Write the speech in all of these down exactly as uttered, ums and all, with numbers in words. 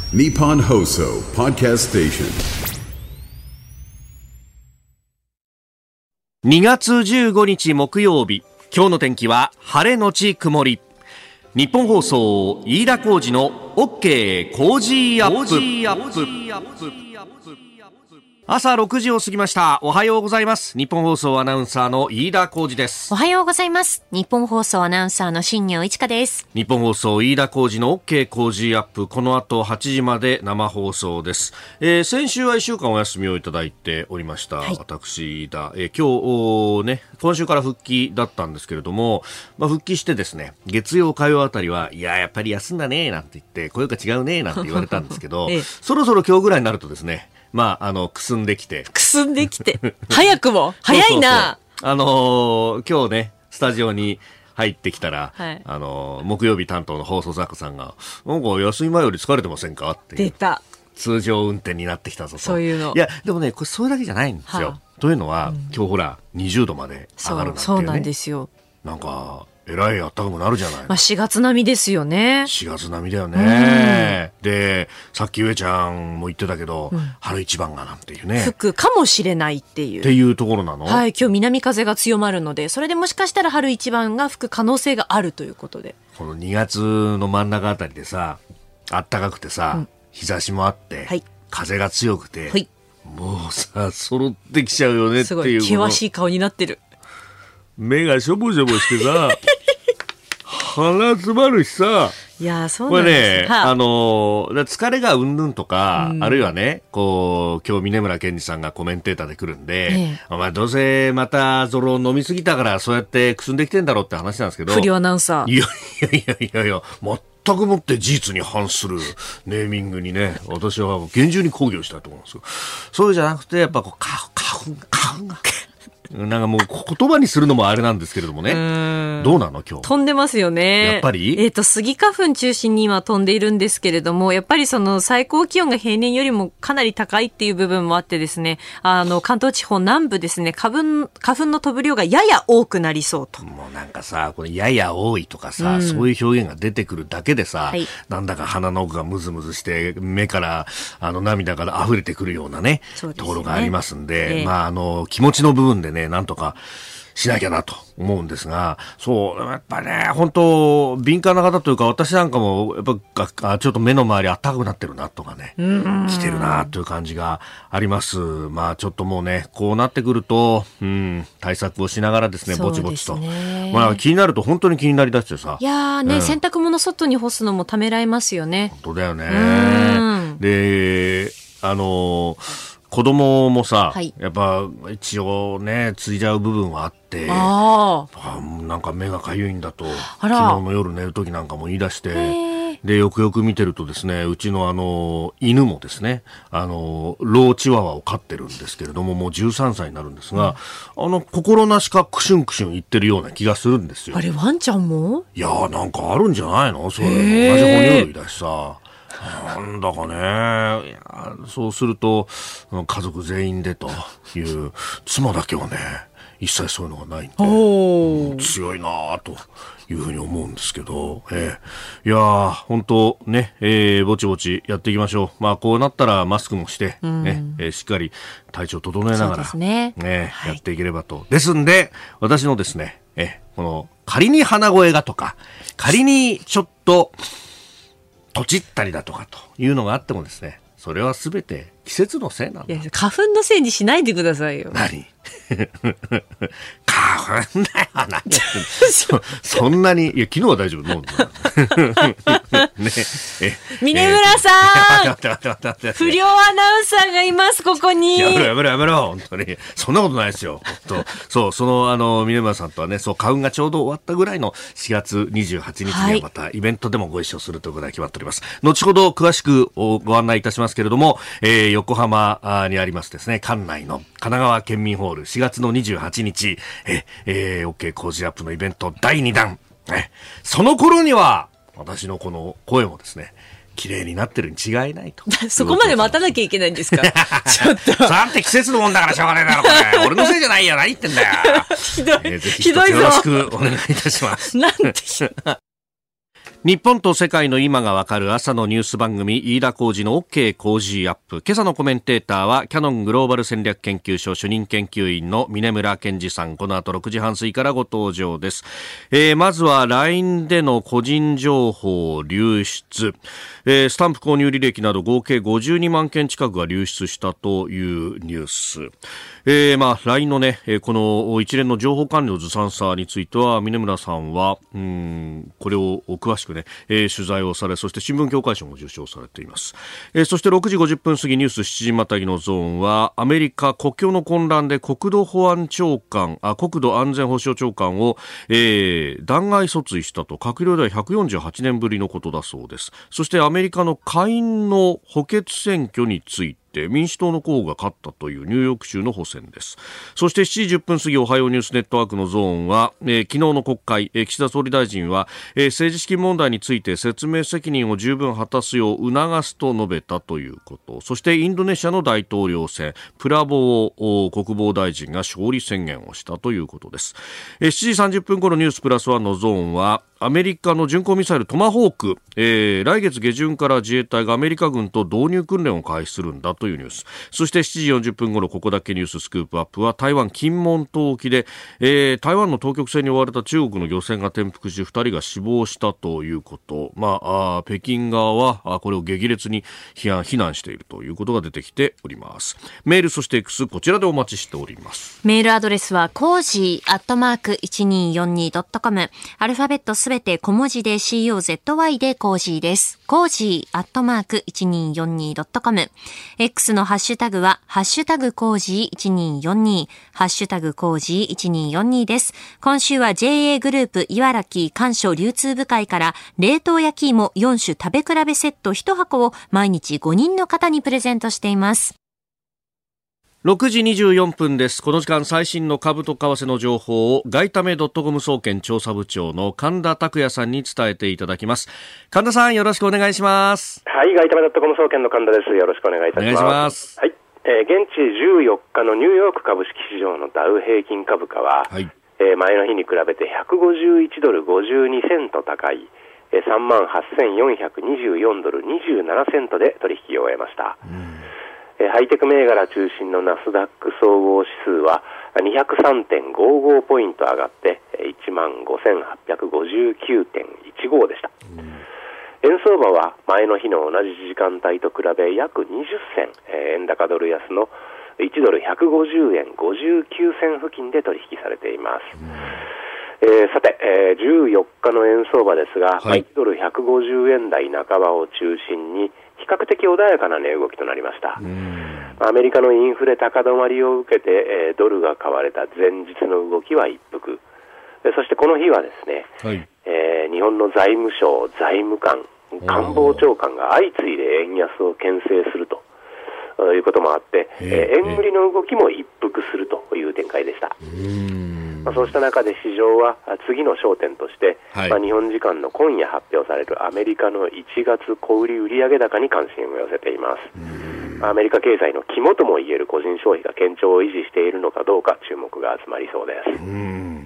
Nippon Hoso Podcast Station。 にがつじゅうごにち木曜日、今日の天気は晴れのち曇り。日本放送飯田浩司の OK 工事アップ。朝ろくじを過ぎました。おはようございます。日本放送アナウンサーの飯田浩司です。 おはようございます。日本放送アナウンサーの新業一華です。 日本放送飯田浩司の OK 工事アップ、この後はちじまで生放送です。えー、先週はいっしゅうかんお休みをいただいておりました、はい、私だ、えー、今日ね今週から復帰だったんですけれども、まあ、復帰してですね、月曜火曜あたりはいややっぱり休んだねなんて言って声が違うねなんて言われたんですけど、ええ、そろそろ今日ぐらいになるとですね、まあ、あのくすんできてくすんできて早くも早いな。 そうそうそう、あのー、今日ねスタジオに入ってきたら、はい、あのー、木曜日担当の放送作家さんがなんか休み前より疲れてませんかっていう、 出た通常運転になってきたぞと。 そういうの。 いやでもねこれそれだけじゃないんですよ、はあ、というのは、うん、今日ほらにじゅうどまで上がるなんていうね。 そう、そうなんですよ。 なんかえらい暖かくなるじゃない、 まあ、しがつ並みですよね。 しがつ並みだよね、うん、でさっき上ちゃんも言ってたけど、うん、春一番がなんていうね吹くかもしれないっていうっていうところなの。 はい、今日南風が強まるので、それでもしかしたら春一番が吹く可能性があるということで、 このにがつの真ん中あたりでさ暖かくてさ、うん、日差しもあって、はい、風が強くて、はい、もうさ揃ってきちゃうよねっていう。すごい険しい顔になってる。 目がしょぼしょぼしてさ鼻詰まるしさ。 いやそうなんです。 これね、はあ、あの疲れがうんぬんとか、うん、あるいはねこう今日峰村健二さんがコメンテーターで来るんで、ええ、お前どうせまたゾロ飲みすぎたからそうやってくすんできてんだろうって話なんですけど、 不良アナウンサー、 いやいやいやいやいや全くもって事実に反するネーミングにね私は厳重に抗議をしたいと思うんですよ。そうじゃなくてやっぱこう花粉花粉がなんかもう言葉にするのもあれなんですけれどもね。うんどうなの今日。 飛んでますよね。 やっぱりえっと杉花粉中心に今飛んでいるんですけれども、やっぱりその最高気温が平年よりもかなり高いっていう部分もあってですね、あの関東地方南部ですね、花粉花粉の飛ぶ量がやや多くなりそうと。 もうなんかさこれやや多いとかさ、うん、そういう表現が出てくるだけでさ、はい、なんだか鼻の奥がムズムズして目からあの涙が溢れてくるようなね、ねところがありますんで、えー、まああの気持ちの部分でねなんとかしなきゃなと思うんですが、そうやっぱね本当敏感な方というか私なんかもやっぱちょっと目の周り暖かくなってるなとかね来てるなという感じがあります。まあちょっともうねこうなってくると、うん、対策をしながらですねぼちぼちと、まあ気になると本当に気になりだしてさ、 いやーね、うん、洗濯物外に干すのもためらいますよね。 本当だよね。であのー子供もさ、はい、やっぱ一応ねついじゃう部分はあって、ああなんか目がかゆいんだと昨日の夜寝る時なんかも言い出して、でよくよく見てるとですねうちのあの犬もですねあのローチワワを飼ってるんですけれどももうじゅうさんさいになるんですが、うん、あの心なしかクシュンクシュン言ってるような気がするんですよ。 あれワンちゃんもいやーなんかあるんじゃないのそれ。同じ哺乳類だしさなんだかね。いやそうすると家族全員でという妻だけはね一切そういうのがないんでお強いなというふうに思うんですけど、えー、いやー本当ね、えー、ぼちぼちやっていきましょう。まあこうなったらマスクもして、ねえー、しっかり体調整えながら、ねねはい、やっていければと。ですんで私のですね、えー、この仮に鼻声がとか仮にちょっととちったりだとかというのがあってもですねそれはすべて季節のせいなんだ。 いや花粉のせいにしないでくださいよ。 何花粉だよなんてそ, そんなにいや昨日は大丈夫もうねえ峰村さん、えー、不良アナウンサーがいますここに。 やめろやめろやめろ本当にそんなことないですよ本当。そうそのあの峰村さんとはねそう花粉がちょうど終わったぐらいのしがつにじゅうはちにちにはまたイベントでもご一緒するということが決まっております、はい、後ほど詳しくご案内いたしますけれども、えー、横浜にありますですね館内の神奈川県民ホールしがつのにじゅうはちにちえ、えー、OK 工事アップのイベントだいにだん、えその頃には私のこの声もですね綺麗になってるに違いないと。 そこまで待たなきゃいけないんですかちょっとさて季節のもんだからしょうがないだろこれ俺のせいじゃないよ何言ってんだよひどい、 えー、ぜひひどいぞよろしくお願いいたしますなんて日本と世界の今がわかる朝のニュース番組、飯田浩司の OK 工事アップ。今朝のコメンテーターはキヤノングローバル戦略研究所主任研究員の峰村健二さん。この後ろくじはん過ぎからご登場です。えー、まずは ライン での個人情報流出、えー、スタンプ購入履歴など合計ごじゅうにまんけん近くが流出したというニュース。えー、まあ ライン のね、この一連の情報管理のずさんさについては峰村さんはうーんこれを詳しくね、えー、取材をされ、そして新聞協会賞も受賞されています。えー、そしてろくじごじゅっぷん過ぎニュースしちじまたぎのゾーンはアメリカ国境の混乱で国土保安長官あ国土安全保障長官を、えー、弾劾訴追したと、閣僚ではひゃくよんじゅうはちねんぶりのことだそうです。そしてアメリカの下院の補欠選挙について民主党の候補が勝ったというニューヨーク州の補選です。そしてしちじじゅっぷん過ぎおはようニュースネットワークのゾーンは、えー、昨日の国会、えー、岸田総理大臣は、えー、政治資金問題について説明責任を十分果たすよう促すと述べたということ。そしてインドネシアの大統領選、プラボー国防大臣が勝利宣言をしたということです。えー、しちじさんじゅっぷん頃ニュースプラスワンのゾーンはアメリカの巡航ミサイルトマホーク、えー、来月下旬から自衛隊がアメリカ軍と導入訓練を開始するんだというニュース。そしてしちじよんじゅっぷん頃ここだけニューススクープアップは台湾金門島沖で、えー、台湾の当局船に追われた中国の漁船が転覆しふたりが死亡したということ。まあ、あ北京側はあこれを激烈に批判非難しているということが出てきております。メールそして X こちらでお待ちしております。 メールアドレスはコージーアットマーク いちにーよんにードットコム、 アルファベットすべて小文字で コー でコージーです。コージーアットマーク いちにーよんにードットコム、 X のハッシュタグはハッシュタグコージーいちにーよんにー、ハッシュタグコージーいちにーよんにーです。今週は ジェーエー グループ茨城甘藷流通部会から冷凍焼き芋よん種食べ比べセットいち箱を毎日ごにんの方にプレゼントしています。 ろくじにじゅうよんぷんです。この時間最新の株と為替の情報を外為 .com 総研調査部長の神田拓也さんに伝えていただきます。神田さんよろしくお願いします。 はい、外為 .com 総研の神田です。よろしくお願いいたします。 お願いします。 はい、えー、現地じゅうよっかのニューヨーク株式市場のダウ平均株価は、はい、えー、前の日に比べてひゃくごじゅういちドルごじゅうにセント高い、えー、さんまんはっせんよんひゃくにじゅうよんドルにじゅうななセントで取引を終えました。うん、ハイテク銘柄中心のナスダック総合指数は にひゃくさんてんごご ポイント上がっていちまんごせんはっぴゃくごじゅうきゅうてんいちご でした。うん、円相場は前の日の同じ時間帯と比べ約にじゅっせん、えー、円高ドル安のいちドルひゃくごじゅうえんごじゅうきゅうせん付近で取引されています。うん、えー、さて、えー、じゅうよっかの円相場ですが、はい、いちドルひゃくごじゅうえん台半ばを中心に比較的穏やかな値動きとなりました。アメリカのインフレ高止まりを受けて、えー、ドルが買われた前日の動きは一服。そしてこの日はですね、はい、えー、日本の財務省、財務官、官房長官が相次いで円安を牽制するということもあって、えー、円売りの動きも一服するという展開でした。まあ、そうした中で市場は次の焦点として、はい、まあ、日本時間の今夜発表されるアメリカのいちがつ小売売上高に関心を寄せています。アメリカ経済の肝ともいえる個人消費が堅調を維持しているのかどうか注目が集まりそうです。 うん、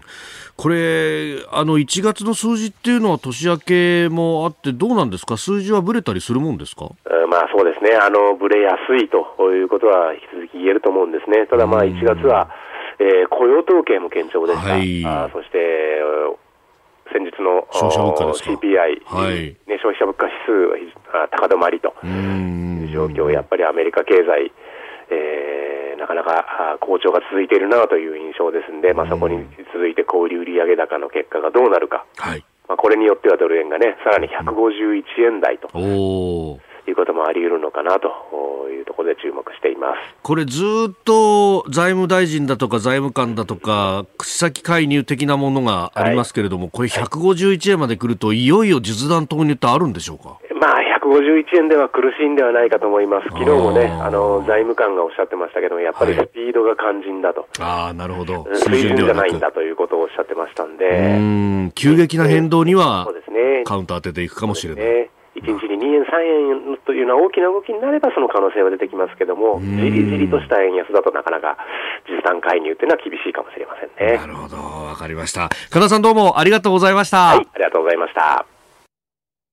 これあのいちがつの数字っていうのは年明けもあってどうなんですか？数字はブレたりするもんですか？ えー、まあそうですね、あのブレやすいということは引き続き言えると思うんですね。ただまあいちがつは、えー、雇用統計も堅調でした。はい、あそして先日の消費者物価ですか？ シーピーアイ、はい、ね、消費者物価指数高止まりという状況、やっぱりアメリカ経済、えー、なかなか好調が続いているなという印象ですので、まあ、そこに続いて小売売上高の結果がどうなるか、はい、まあ、これによってはドル円がねさらにひゃくごじゅういちえん台と、うん、いうこともあり得るのかなというところで注目しています。 これずっと財務大臣だとか財務官だとか口先介入的なものがありますけれども、はい、これひゃくごじゅういちえんまで来るといよいよ実弾投入ってあるんでしょうか？ まあひゃくごじゅういちえんでは苦しいんではないかと思います。昨日もね、あの財務官がおっしゃってましたけども、やっぱりスピードが肝心だと、 はい、あ、なるほど、 水準じゃないんだということをおっしゃってましたんで、うーん、急激な変動にはカウンター当てていくかもしれない。ね、 いちにちににえんさんえんというのは大きな動きになればその可能性は出てきますけども、じりじりとした円安だとなかなか実弾介入というのは厳しいかもしれませんね。 なるほど、わかりました。神田さんどうもありがとうございました。 はい、ありがとうございました。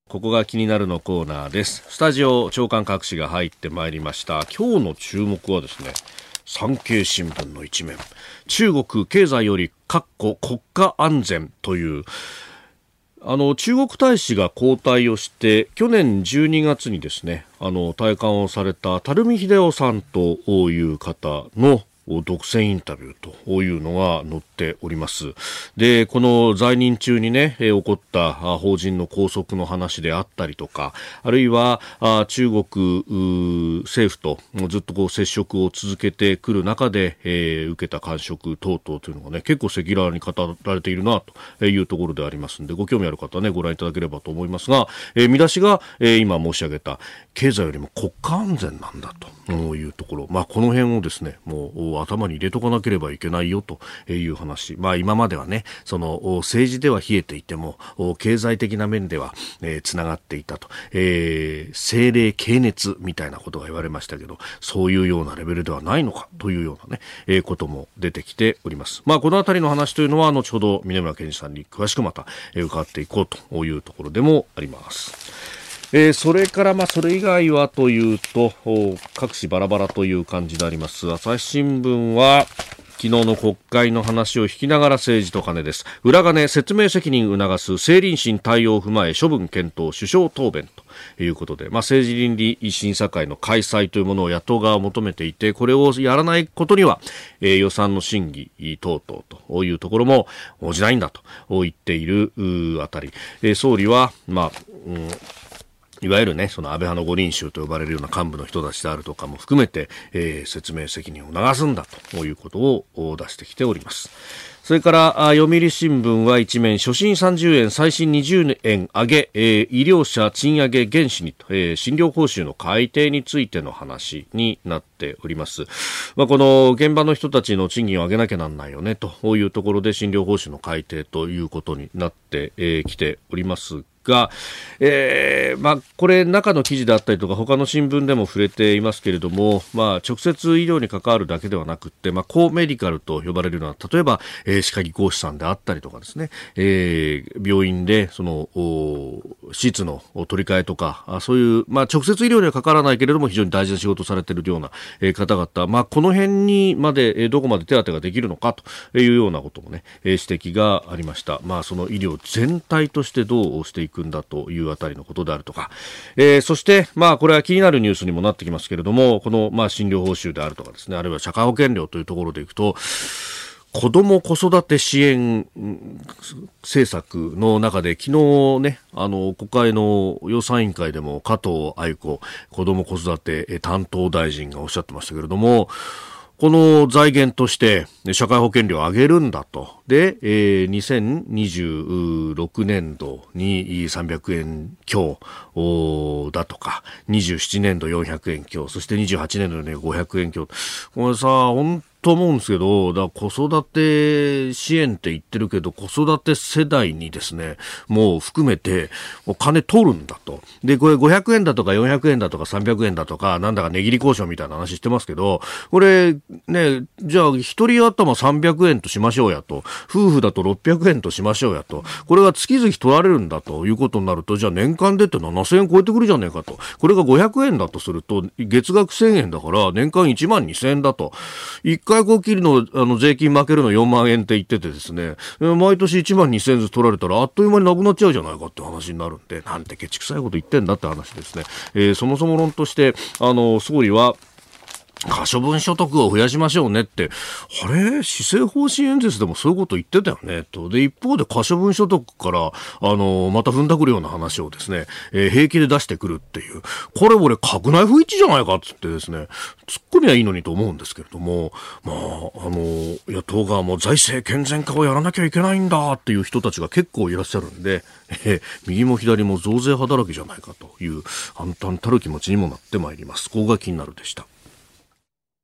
ここが気になるのコーナーです。スタジオ長官各紙が入ってまいりました。今日の注目はですね、産経新聞の一面、中国経済より国家安全という、あの中国大使が交代をして去年じゅうにがつにですね、あの退官をされた垂水秀夫さんという方の独占インタビューというのが載っております。で、この在任中にね、起こった法人の拘束の話であったりとか、あるいは中国政府とずっとこう接触を続けてくる中で、えー、受けた感触等々というのがね、結構赤裸々に語られているなというところでありますので、ご興味ある方はね、ご覧いただければと思いますが、えー、見出しが、えー、今申し上げた経済よりも国家安全なんだというところ、まあ、この辺をですね、もう頭に入れとかなければいけないよという話。まあ今まではね、その政治では冷えていても経済的な面では、えー、つながっていたと、えー、政令系熱みたいなことが言われましたけど、そういうようなレベルではないのかというようなね、えー、ことも出てきております。まあこのあたりの話というのは後ほど峯村健二さんに詳しくまた、えー、伺っていこうというところでもあります。えー、それからまあそれ以外はというと各紙バラバラという感じであります。朝日新聞は昨日の国会の話を引きながら政治と金です。裏金説明責任促す政倫審対応を踏まえ処分検討首相答弁ということで、まあ、政治倫理審査会の開催というものを野党側は求めていて、これをやらないことには、えー、予算の審議等々というところも応じないんだと言っているあたり、えー、総理はまあ、うんいわゆるね、その安倍派の五輪衆と呼ばれるような幹部の人たちであるとかも含めて、えー、説明責任を促すんだということを出してきております。それから読売新聞は一面、初診さんじゅうえん最新にじゅうえん上げ、えー、医療者賃上げ原資に、えー、診療報酬の改定についての話になっております。まあ、この現場の人たちの賃金を上げなきゃなんないよねというところで診療報酬の改定ということになってき、えー、ておりますが、えーまあ、これ中の記事であったりとか他の新聞でも触れていますけれども、まあ、直接医療に関わるだけではなくって、まあ、コーメディカルと呼ばれるような、例えば、えー、歯科技工士さんであったりとかですね、えー、病院でそのシーツの取り替えとか、そういう、まあ、直接医療には関わらないけれども非常に大事な仕事をされているような、えー、方々、まあ、この辺にまで、えー、どこまで手当てができるのかというようなこともね、えー、指摘がありました。まあ、その医療全体としてどうしていくんだというあたりのことであるとか、えー、そしてまあこれは気になるニュースにもなってきますけれども、このまあ診療報酬であるとかですね、あるいは社会保険料というところでいくと、子ども子育て支援政策の中で昨日ね、あの国会の予算委員会でも加藤愛子子ども子育て担当大臣がおっしゃってましたけれども、この財源として社会保険料を上げるんだと。で、えー、にせんにじゅうろくねんどにさんびゃくえん強だとか、にじゅうななねんどよんひゃくえん強、そしてにじゅうはちねんどにごひゃくえん強。これさ、本と思うんですけど、だ子育て支援って言ってるけど、子育て世代にですね、もう含めてお金取るんだと。で、これごひゃくえんだとかよんひゃくえんだとかさんびゃくえんだとか、なんだか値切り交渉みたいな話してますけど、これね、じゃあ一人頭さんびゃくえんとしましょうやと、夫婦だとろっぴゃくえんとしましょうやと、これが月々取られるんだということになると、じゃあ年間でってななせんえん超えてくるじゃねえかと。これがごひゃくえんだとすると、月額せんえんだから年間いちまんにせんえんだと。いっかいこっきりの、あの税金負けるのよんまんえんって言っててですね、毎年いちまんにせんえんずつ取られたらあっという間になくなっちゃうじゃないかって話になるんで、なんてケチくさいこと言ってんだって話ですね。えー、そもそも論としてあの総理は可処分所得を増やしましょうねって、あれ施政方針演説でもそういうこと言ってたよねと。で一方で可処分所得からあのまた踏んだくるような話をですね、えー、平気で出してくるっていう、これ俺閣内不一致じゃないかっつってですね、突っ込みはいいのにと思うんですけれども、まああの野党側も財政健全化をやらなきゃいけないんだっていう人たちが結構いらっしゃるんで、えー、右も左も増税派だらけじゃないかという暗淡たる気持ちにもなってまいります。ここが気になるでした。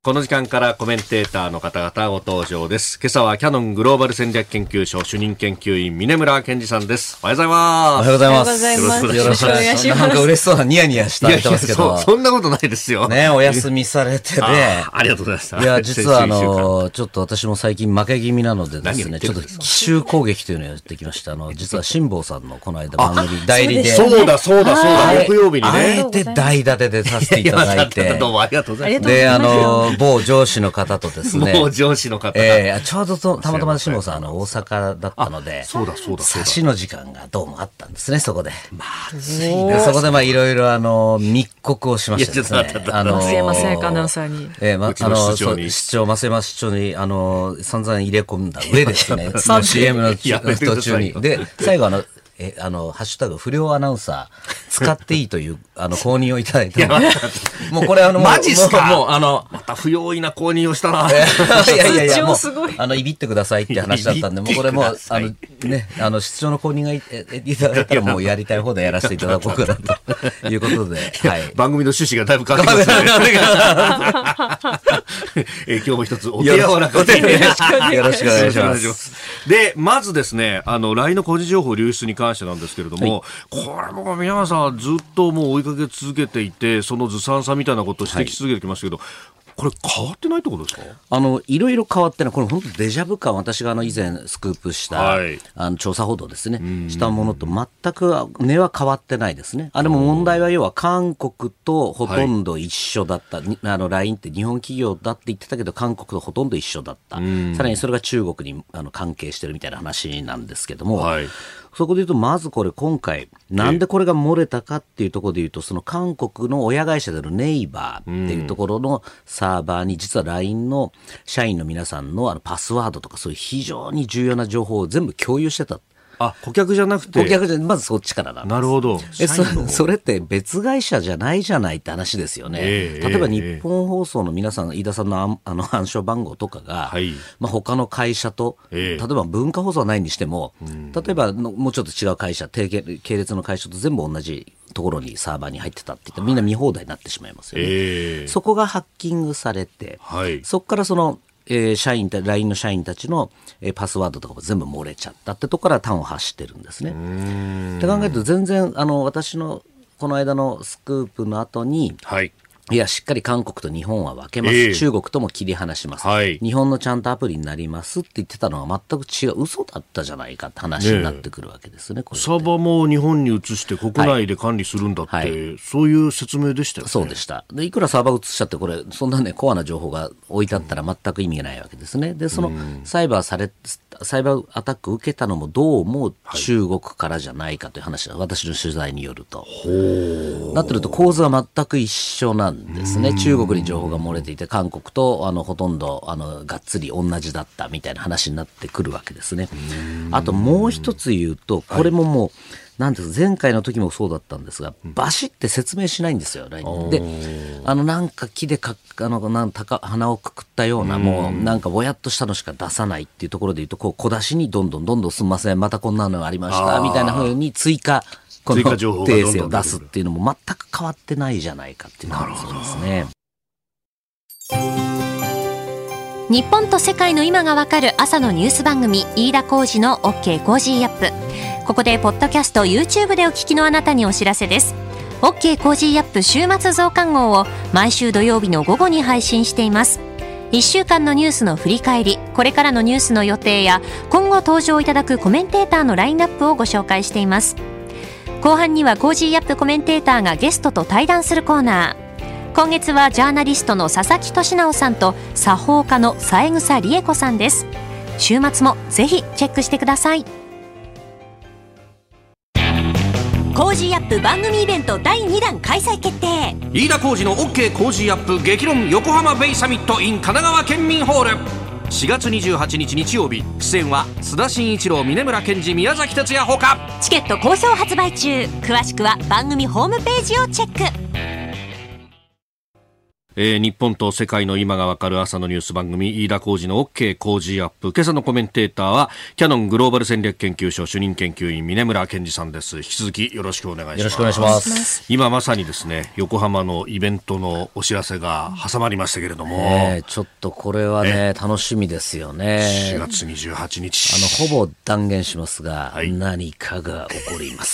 この時間からコメンテーターの方々ご登場です。今朝はキヤノングローバル戦略研究所主任研究員峰村健二さんです。おはようございます。 おはようございます。よろしくお願いします。なんか嬉しそうなニヤニヤしたてますけど。 いやいや そ, そんなことないですよ。 ね、お休みされてね。 あ, ありがとうございました。 いや、実はあの、ちょっと私も最近負け気味なのでですね、ちょっと奇襲攻撃というのをやってきました。あの、実は辛坊さんのこの間番組代理で。 そうだそうだそうだ、木曜日にね。 あえて代打で出させていただいて。 どうもありがとうございます。 で、あの、某上司の方とですね。 某上司の方。 えー、ちょうどとたまたま辛坊さん、あの、大阪だったので、 そうだそうだそうだ。 差しの時間がどうもあったんですね、そこで。まずいね。そこでまあいろいろあの、密告をしましたですね。あの、 増山さやかアナウンサーに。 えー、ま、あの、市長、増山市長に、あの、散々入れ込んだ上ですね。その シーエム の途中に。で、最後あの、え、あの、ハッシュタグ不良アナウンサー使っていいという、あの、公認をいただいたので。もうこれあの、 マジっすか？ もう、あの、 また不用意な公認をしたな。 いやいやいや、もうすごい、 あの、いびってくださいって話だったんで、もうこれもう、あの、ね、あの、室長の公認が い, いただいたらもうやりたい方でやらせていただこうかなということで、はい。 番組の趣旨がだいぶ変わってきますね。え今日も一つお手柔らかでよろしくお願いします。 で、まずですね、あの、ライン の個人情報流出に関してなんですけれども、はい、これも宮川さんずっともう追いかけ続けていて、そのずさんさみたいなことを指摘し続けてきましたけど、はい、これ変わってないってことですか？ あのいろいろ変わってない。これ本当デジャブ感、私があの以前スクープした、はい、あの調査報道ですね、したものと全く根は変わってないですね。あれも問題は要は韓国とほとんど一緒だった、はい、あの ライン って日本企業だって言ってたけど韓国とほとんど一緒だった。さらにそれが中国にあの関係してるみたいな話なんですけども、はい、そこで言うとまずこれ今回なんでこれが漏れたかっていうところで言うと、その韓国の親会社であるネイバーっていうところのサーバーに実は ライン の社員の皆さんのあのパスワードとかそういう非常に重要な情報を全部共有してた。 あ、顧客じゃなくて。 顧客じゃ、まずそっちからなんです。 なるほど。 え、そ、それって別会社じゃないじゃないって話ですよね。えー、例えば日本放送の皆さん、飯田さんのあの暗証番号とかが、はい、まあ他の会社と、えー、例えば文化放送はないにしても、うん、例えばのもうちょっと違う会社、系列の会社と全部同じところにサーバーに入ってたって言ったらみんな見放題になってしまいますよね。えー、そこがハッキングされて、はい、そこからその、えー、社員た ライン の社員たちの、えー、パスワードとかも全部漏れちゃったってところから端を発してるんですね。って考えると全然あの私のこの間のスクープの後に、はい、いやしっかり韓国と日本は分けます、えー、中国とも切り離します、はい、日本のちゃんとアプリになりますって言ってたのは全く違う嘘だったじゃないかって話になってくるわけですね。これサーバーも日本に移して国内で管理するんだって、はいはい、そういう説明でしたよね。 そうでした。でいくらサーバー移しちゃってこれそんなねコアな情報が置いてあったら全く意味がないわけですね。でそのサイバーされサイバーアタック受けたのもどうも中国からじゃないかという話は私の取材によると、はい、なってると構図は全く一緒なんですね。中国に情報が漏れていて韓国とあのほとんどあのがっつり同じだったみたいな話になってくるわけですね。あともう一つ言うとこれももう、はい、なんです前回の時もそうだったんですがバシって説明しないんですよ。ライン であのなんか木でかあのなん高鼻をくくったようなもうなんかぼやっとしたのしか出さないっていうところで言うとこう小出しにどんどんどんどんすみませんまたこんなのがありましたみたいな風に追加この訂正を出すっていうのも全く変わってないじゃないかっていうのがそうですね。 日本と世界の今がわかる朝のニュース番組飯田浩司の OK コージーアップ。ここでポッドキャスト YouTube でお聞きのあなたにお知らせです。 OK コージーアップ週末増刊号を毎週土曜日の午後に配信しています。いっしゅうかんのニュースの振り返り、これからのニュースの予定や今後登場いただくコメンテーターのラインナップをご紹介しています。後半にはコージーアップコメンテーターがゲストと対談するコーナー。今月はジャーナリストの佐々木俊直さんと作法家の三枝理恵子さんです。週末もぜひチェックしてください。コージーアップ番組イベントだいにだん開催決定。 飯田浩司の OK コージーアップ激論横浜ベイサミット in 神奈川県民ホール。しがつにじゅうはちにち日曜日、出演は須田慎一郎、峯村健二、宮崎哲也ほか。 チケット好評発売中。詳しくは番組ホームページをチェック。 えー、日本と世界の今がわかる朝のニュース番組飯田浩司の OK 工事アップ。今朝のコメンテーターはキヤノングローバル戦略研究所主任研究員峰村健二さんです。引き続きよろしくお願いします。 よろしくお願いします。 今まさにですね、横浜のイベントのお知らせが挟まりましたけれども、 えー、ちょっとこれはね楽しみですよね。 しがつにじゅうはちにち、 あのほぼ断言しますが、はい、何かが起こります。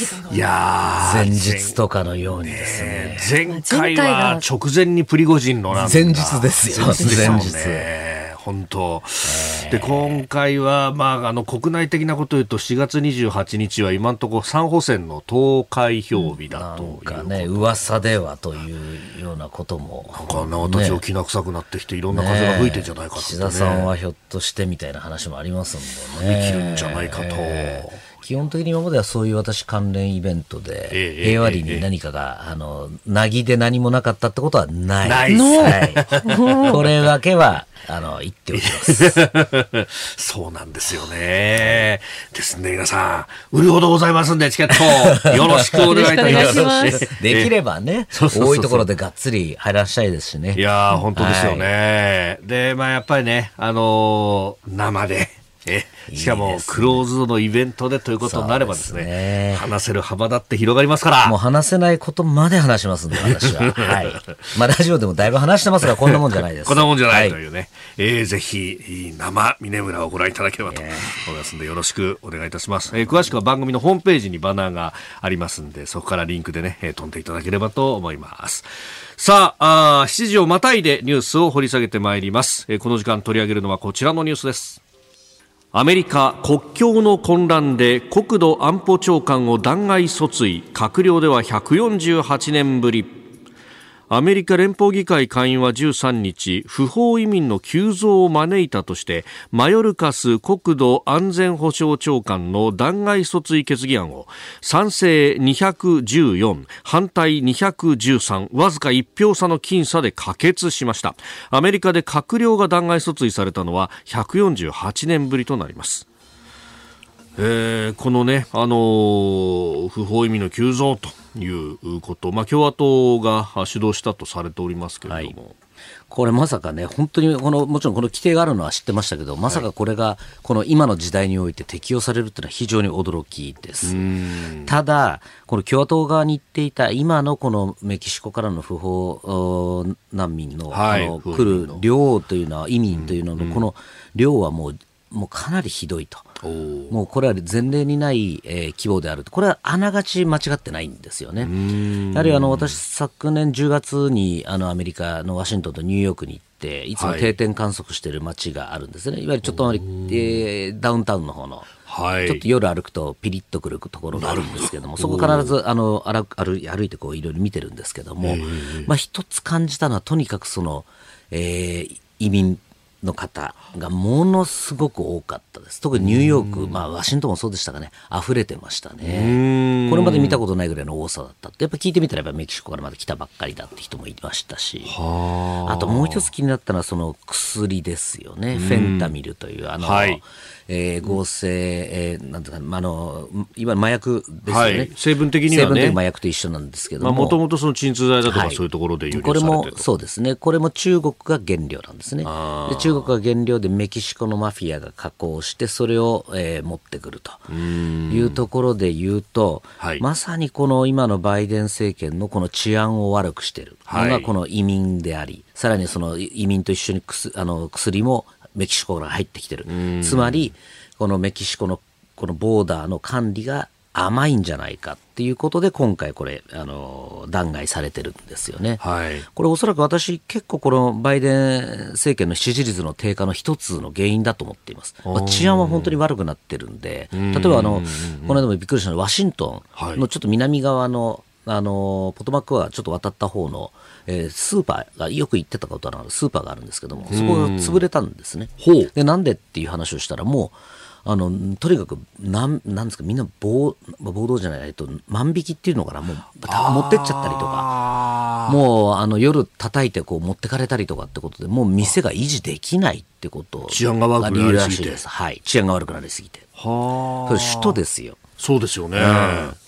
いや前日とかのようにですね、 前回は直前にプリゴジンのなん前日ですよ。前日本当、えー、で今回は、まあ、あの国内的なことを言うとしがつにじゅうはちにちは今のところさんほせんの投開票日だという、 なんかね噂ではというようなこともなんかね、私をきな臭くなってきていろんな風が吹いてんじゃないかと、ね、 岸田さんはひょっとしてみたいな話もありますんでね、 できるんじゃないかと、 えー基本的に今まではそういう私関連イベントで平和裏に何かがあのなぎで何もなかったってことはない。 ない、 はい、これだけはあの言っておきます。 そうなんですよね。ですね、皆さん売るほどございますんでチケットよろしくお願いいたします。 できればね、多いところでがっつり入らしたいですしね。 いやー本当ですよね。はい、でまあやっぱりね、あのー、生で。えしかもクローズドのイベントでということになればですね、ですね、話せる幅だって広がりますから、 もう話せないことまで話しますんで私は、はい、まあラジオでもだいぶ話してますがこんなもんじゃないです。 こんなもんじゃないというね、はい、えー、ぜひ生峰村をご覧いただければと思いますのでよろしくお願いいたします。えー、詳しくは番組のホームページにバナーがありますんでそこからリンクでね、えー、飛んでいただければと思います。さあ、あしちじをまたいでニュースを掘り下げてまいります。えー、この時間取り上げるのはこちらのニュースです。アメリカ国境の混乱で国土安保長官を弾劾訴追、閣僚ではひゃくよんじゅうはちねんぶり。アメリカ連邦議会下院はじゅうさんにち、不法移民の急増を招いたとしてマヨルカス国土安全保障長官の弾劾訴追決議案を賛成にひゃくじゅうよん、反対にひゃくじゅうさん、わずかいちひょう差の僅差で可決しました。アメリカで閣僚が弾劾訴追されたのはひゃくよんじゅうはちねんぶりとなります。えー、このね、あのー、不法移民の急増ということ、まあ、共和党が主導したとされておりますけれども、はい、 これまさかね、本当にこのもちろんこの規定があるのは知ってましたけど、まさかこれがこの今の時代において適用されるというのは非常に驚きです。ただこの共和党側に言っていた今のこのメキシコからの不法難民の、はい、この来る量というのは移民というののこの量はもうもうかなりひどいと、もうこれは前例にない、えー、規模であると、これはあながち間違ってないんですよね。やはりあの私昨年じゅうがつにあのアメリカのワシントンとニューヨークに行っていつも定点観測している街があるんですね、はい、いわゆるちょっと、えー、ダウンタウンの方の、はい、ちょっと夜歩くとピリッとくるところがあるんですけども、そこ必ずあの歩歩歩いてこういろいろ見てるんですけども、まあ、一つ感じたのはとにかくその、えー、移民の方がものすごく多かったです。特にニューヨーク、まあ、ワシントンもそうでしたかね、溢れてましたね。これまで見たことないぐらいの多さだったって、やっぱ聞いてみたらやっぱメキシコからまだ来たばっかりだって人もいましたし、あともう一つ気になったのはその薬ですよね。フェンタミルというあの、はい、えー、合成、えー、なんていうか、まあ、あのいわゆる麻薬ですよね、はい、 成分的にはね、 成分的に麻薬と一緒なんですけども、 もともとその鎮痛剤だとかそういうところで輸入されてる、 はい、これもそうですね、これも中国が原料なんですね。で中国が原料でメキシコのマフィアが加工してそれを、えー、持ってくるというところで言うと、はい、まさにこの今のバイデン政権のこの治安を悪くしているのがこの移民であり、はい、さらにその移民と一緒に薬、あの薬もメキシコから入ってきてる。つまりこのメキシコのこのボーダーの管理が甘いんじゃないかっていうことで今回これあの弾劾されてるんですよね、はい、これおそらく私結構このバイデン政権の支持率の低下の一つの原因だと思っています、まあ、治安は本当に悪くなってるんで、例えばあのこの間もびっくりしたのはワシントンのちょっと南側のあのポトマック川ちょっと渡った方の、えー、スーパーがよく行ってたことあるスーパーがあるんですけども、そこが潰れたんですね。でなんでっていう話をしたら、もうあのとにかくなんなんですか、みんな暴暴動じゃないと万引きっていうのかな、もう持ってっちゃったりとか、もうあの夜叩いてこう持ってかれたりとかってことで、もう店が維持できないってこと治安が悪くなりすぎて、 はい、治安が悪くなりすぎて、はそれ首都ですよ。 そうですよね、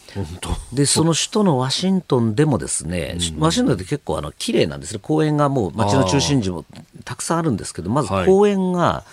本当でその首都のワシントンでもですね、うん、ワシントンって結構あの綺麗なんですね。公園がもう街の中心地もたくさんあるんですけど、まず公園が、はい、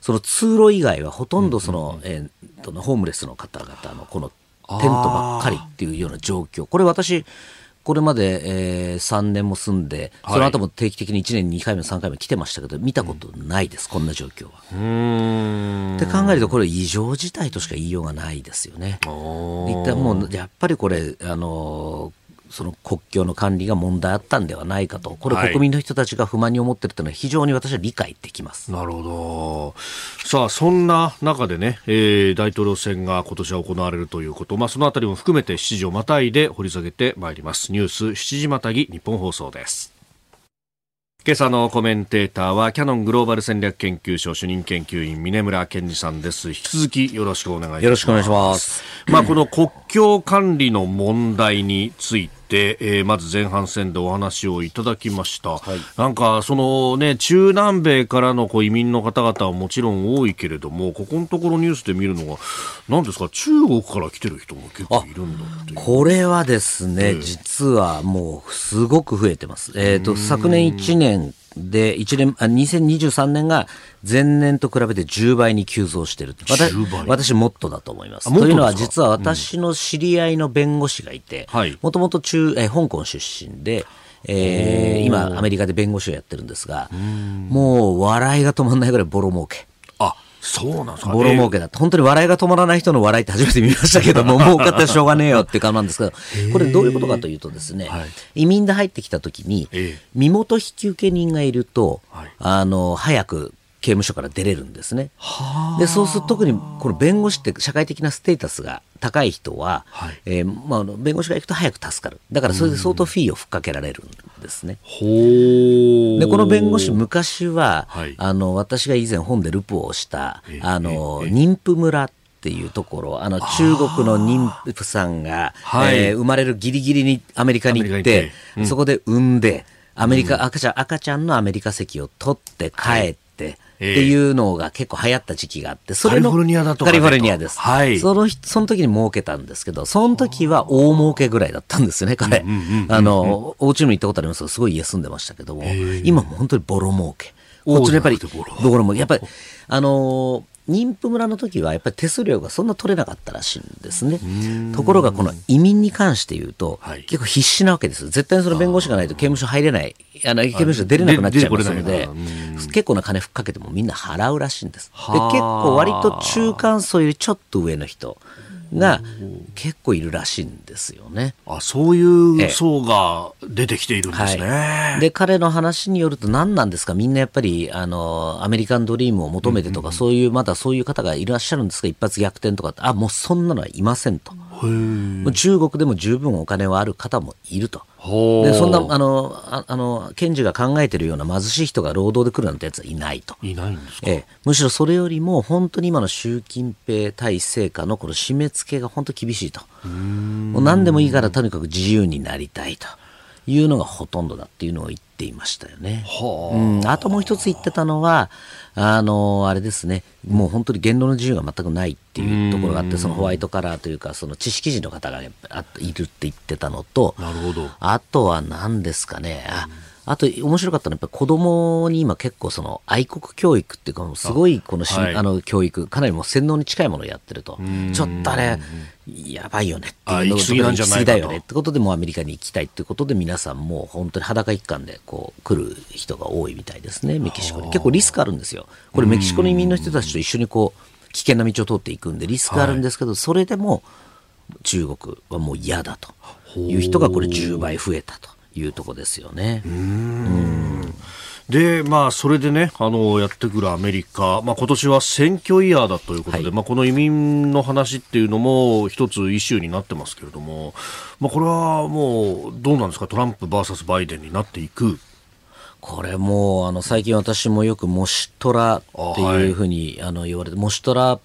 その通路以外はほとんどその、うんうんうん、えー、ホームレスの方々のこのテントばっかりっていうような状況。これ私これまで、えー、さんねんも住んで、その後も定期的にいちねんににかいもさんかいも来てましたけど、見たことないです、うん、こんな状況は。うーんって考えるとこれ異常事態としか言いようがないですよね。一体もうやっぱりこれあのーその国境の管理が問題あったんではないかと、これ国民の人たちが不満に思ってるというのは非常に私は理解できます。 なるほど。さあそんな中でね、えー、大統領選が今年は行われるということ、まあ、そのあたりも含めてしちじをまたいで掘り下げてまいります。ニュースしちじまたぎ日本放送です。今朝のコメンテーターはキヤノングローバル戦略研究所主任研究員峯村健二さんです。引き続きよろしくお願いします。 よろしくお願いします。 まあ、この国境管理の問題についてでえー、まず前半戦でお話をいただきました、はい、なんかその、ね、中南米からのこう移民の方々はもちろん多いけれども、ここのところニュースで見るのが何ですか、中国から来てる人も結構いるんだっていう。 これはですね、えー、実はもうすごく増えてます。えーと、昨年いちねんでいちねんあにせんにじゅうさんねんが前年と比べてじゅうばいに急増している。私、私もっとだと思います。というのは実は私の知り合いの弁護士がいて、もともと中え香港出身で、えー、今アメリカで弁護士をやってるんですが、もう笑いが止まらないぐらいボロ儲け。 あ、そうなんですか。 ボロ儲けだと、本当に笑いが止まらない人の笑いって初めて見ましたけども、儲かったらしょうがねえよっていう感じなんですけど、これどういうことかというとですね、はい、移民で入ってきたときに身元引受人がいると、はい、あの早く刑務所から出れるんですね。でそうすると特にこの弁護士って社会的なステータスが高い人は、はい、えーまあ、弁護士が行くと早く助かる。だからそれで相当フィーをふっかけられるんですね。 ほでこの弁護士昔は、はい、あの私が以前本でルポをしたあの妊婦村っていうところ、あの中国の妊婦さんが、はい、えー、生まれるギリギリにアメリカに行って、うん、そこで産んでアメリカ、うん、赤ちゃん赤ちゃんのアメリカ籍を取って帰って、はい、っていうのが結構流行った時期があって、それのカリフォルニアだとか、 カリフォルニアです、 はい、 そのその時に儲けたんですけど、その時は大儲けぐらいだったんですよね彼。あのお家にも行ったことありますけど、すごい家住んでましたけども、今も本当にボロ儲け。こっちのやっぱりボロもやっぱりあの妊婦村の時はやっぱり手数料がそんな取れなかったらしいんですね。ところがこの移民に関して言うと、はい、結構必死なわけです。絶対にその弁護士がないと刑務所入れない、あの刑務所出れなくなっちゃいますので、結構な金ふっかけてもみんな払うらしいんです。で結構割と中間層よりちょっと上の人が結構いるらしいんですよね。 あ、そういう層が出てきているんですね。 はい、で彼の話によると何なんですか、みんなやっぱりあのアメリカンドリームを求めてとか、うんうん、そういうまだそういう方がいらっしゃるんですが、一発逆転とか、あ、もうそんなのはいませんと。中国でも十分お金はある方もいると。でそんなあのああの検事が考えているような貧しい人が労働で来るなんてやつはいないと。 いないんですか。 ええ、むしろそれよりも本当に今の習近平体制下のこの締め付けが本当厳しいと。うーん、もう何でもいいからとにかく自由になりたいというのがほとんどだっていうのを言っていましたよね。はあ、うん、あともう一つ言ってたのはあのあれですね、もう本当に言論の自由が全くないっていうところがあって、そのホワイトカラーというかその知識人の方がいるって言ってたのと、 なるほど、 あとは何ですかね、ああと面白かったのはやっぱり子供に今結構その愛国教育っていうかすごいこのし、はい、あの教育かなりもう洗脳に近いものをやってると、ちょっとあれやばいよねっていうのが行き過ぎなんじゃないかと、行き過ぎだよねってことでもうアメリカに行きたいってことで皆さんもう本当に裸一貫でこう来る人が多いみたいですね。メキシコに結構リスクあるんですよ。これメキシコの移民の人たちと一緒にこう危険な道を通っていくんでリスクあるんですけど、はい、それでも中国はもう嫌だという人がこれじゅうばい増えたというとこですよね。うーん、 でまあ、それでねあのやってくるアメリカ、まあ、今年は選挙イヤーだということで、はい、まあ、この移民の話っていうのも一つイシューになってますけれども、まあ、これはもうどうなんですか、トランプ ブイエス バイデンになっていく。 これもうあの最近私もよくモシトラっていうふうに、はい、あの言われて、モシトラ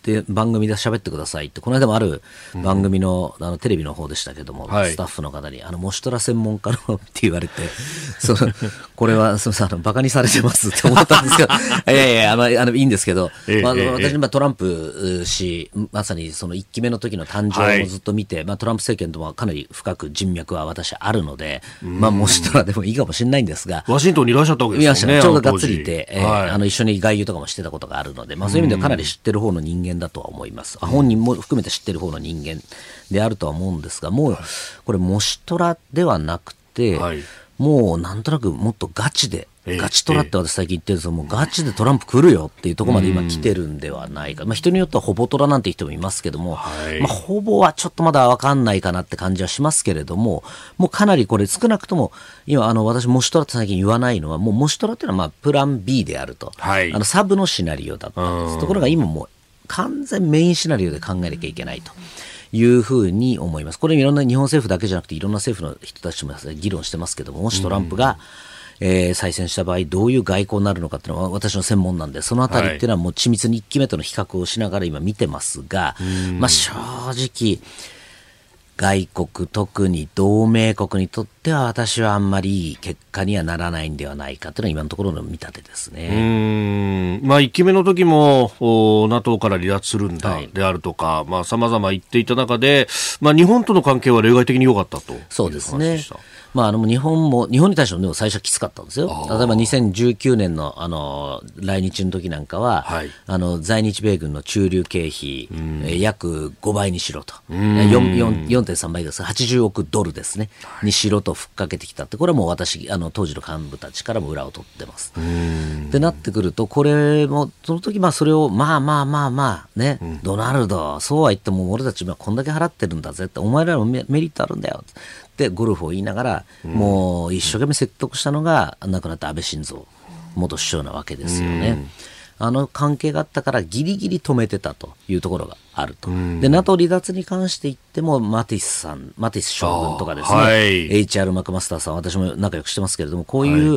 で番組で喋ってくださいってこの間もある番組の、うん、あのテレビの方でしたけども、はい、スタッフの方にあのモシトラ専門家のって言われてそのこれはそのあのバカにされてますって思ったんですけどいやいやあのあのいいんですけど、ええまあ、私はトランプ氏まさにそのいっきめの時の誕生をずっと見て、はいまあ、トランプ政権とはかなり深く人脈は私あるので、まあ、モシトラでもいいかもしれないんですがワシントンにいらっしゃったわけですよね。 ちょうどがっつりいて、えーはい、あの一緒に外遊とかもしてたことがあるので、まあ、そういう意味ではかなり知ってる方の人間だとは思います。本人も含めて知ってる方の人間であるとは思うんですが、もうこれモシトラではなくて、はい、もうなんとなくもっとガチで、ええ、ガチトラって私最近言ってるんですけど、もうガチでトランプ来るよっていうところまで今来てるんではないか、まあ、人によってはほぼトラなんて人もいますけども、はいまあ、ほぼはちょっとまだ分かんないかなって感じはしますけれども、もうかなりこれ少なくとも今あの私モシトラって最近言わないのは、もうモシトラっていうのはまあプラン B であると、はい、あのサブのシナリオだったんです。ところが今もう完全メインシナリオで考えなきゃいけないというふうに思います。これいろんな日本政府だけじゃなくていろんな政府の人たちも議論してますけども、もしトランプが、うんえー、再選した場合どういう外交になるのかっていうのは私の専門なんで、そのあたりっていうのはもう緻密にいっきめとの比較をしながら今見てますが、まあ、正直外国特に同盟国にとっては私はあんまりいい結果にはならないんではないかというのは今のところの見立てですね。 うーん、まあ、いっきめの時も NATO から離脱するんだであるとか、はいまあ、様々言っていた中で、まあ、日本との関係は例外的に良かったという話でした。 そうですね。まあ、あの日本も日本に対しても最初はきつかったんですよ。例えばにせんじゅうきゅうねん の, あの来日の時なんかは、はい、あの在日米軍の駐留経費、え約ごばいにしろと よんてんさん 倍ですはちじゅうおくドルですね、はい、にしろとふっかけてきたって、これはもう私あの当時の幹部たちからも裏を取ってます。ってなってくると、これもその時まあそれをまあまあまあまあね、うん、ドナルドそうは言っても俺たち今こんだけ払ってるんだぜって、お前らのメリットあるんだよってゴルフを言いながら、うん、もう一生懸命説得したのが亡くなった安倍晋三元首相なわけですよね、うん、あの関係があったからギリギリ止めてたというところがあると、うん、で NATO 離脱に関して言ってもマティスさんマティス将軍とかですね、はい、エイチアール マクマスターさん私も仲良くしてますけれども、こういう、はい、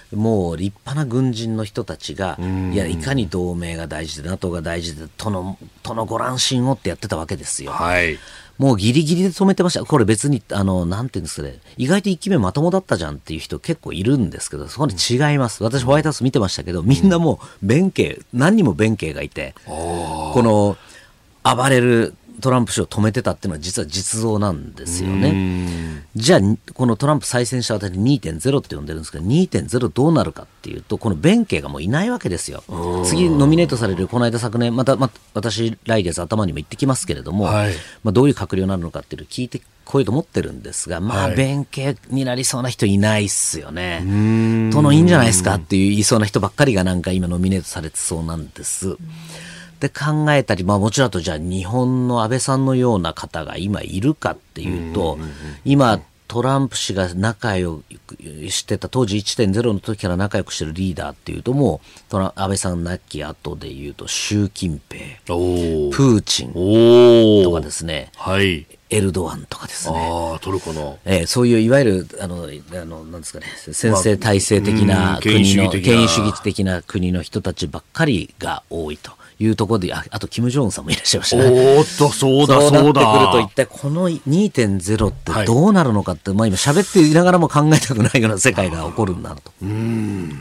もう立派な軍人の人たちが、うん、いやいかに同盟が大事で NATO が大事でとの、とのご乱心をってやってたわけですよ、はいもうギリギリで止めてました。これ別にあのなんていうんですかね、意外といっきめまともだったじゃんっていう人結構いるんですけど、そこに違います。私ホワイトハウス見てましたけど、みんなもう弁慶何人も弁慶がいて、この暴れるトランプ氏を止めてたっていうのは実は実像なんですよね。じゃあこのトランプ再選した私 にてんゼロ って呼んでるんですけど にてんゼロ どうなるかっていうと、この弁慶がもういないわけですよ。次ノミネートされるこの間昨年また、ま、私来月頭にも行ってきますけれども、はいまあ、どういう閣僚になるのかっていうのを聞いてこようと思ってるんですが、まあ弁慶になりそうな人いないっすよね。殿いいんじゃないですかっていう言いそうな人ばっかりがなんか今ノミネートされてそうなんです。で考えたり、まあ、もちろんとじゃあ日本の安倍さんのような方が今いるかっていうと、うんうんうん、今トランプ氏が仲良くしてた当時 いってんゼロ の時から仲良くしてるリーダーっていうと、もうトラ安倍さん亡き後でいうと習近平、プーチンとかですね、はい、エルドアンとかですね、 あトルコの、 えー、そういういわゆるあのあのなんですかね、専制体制的な国の、まあ、権威主義的な国の人たちばっかりが多いというところで、 あ, あとキム・ジョンウンさんもいらっしゃいましたね。 おーっとそうだそうだ。 そうなってくると一体この にてんゼロ ってどうなるのかって、はい、まあ、今喋っていながらも考えたくないような世界が起こるんだと。 うーん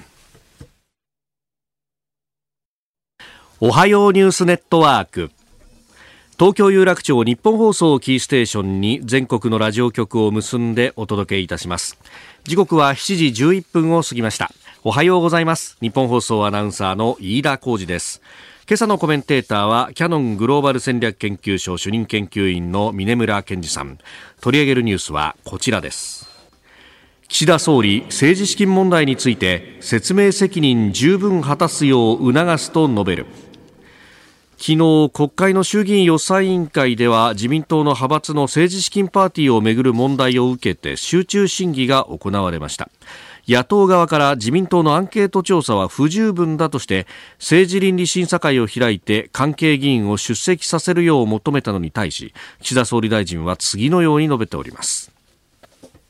おはようニュースネットワーク、東京有楽町日本放送キーステーションに全国のラジオ局を結んでお届けいたします。時刻はしちじじゅういっぷんを過ぎました。おはようございます。日本放送アナウンサーの飯田浩司です。今朝のコメンテーターはキヤノングローバル戦略研究所主任研究員の峯村健二さん。取り上げるニュースはこちらです。岸田総理、政治資金問題について説明責任十分果たすよう促すと述べる。昨日国会の衆議院予算委員会では自民党の派閥の政治資金パーティーをめぐる問題を受けて集中審議が行われました。野党側から自民党のアンケート調査は不十分だとして政治倫理審査会を開いて関係議員を出席させるよう求めたのに対し、岸田総理大臣は次のように述べております。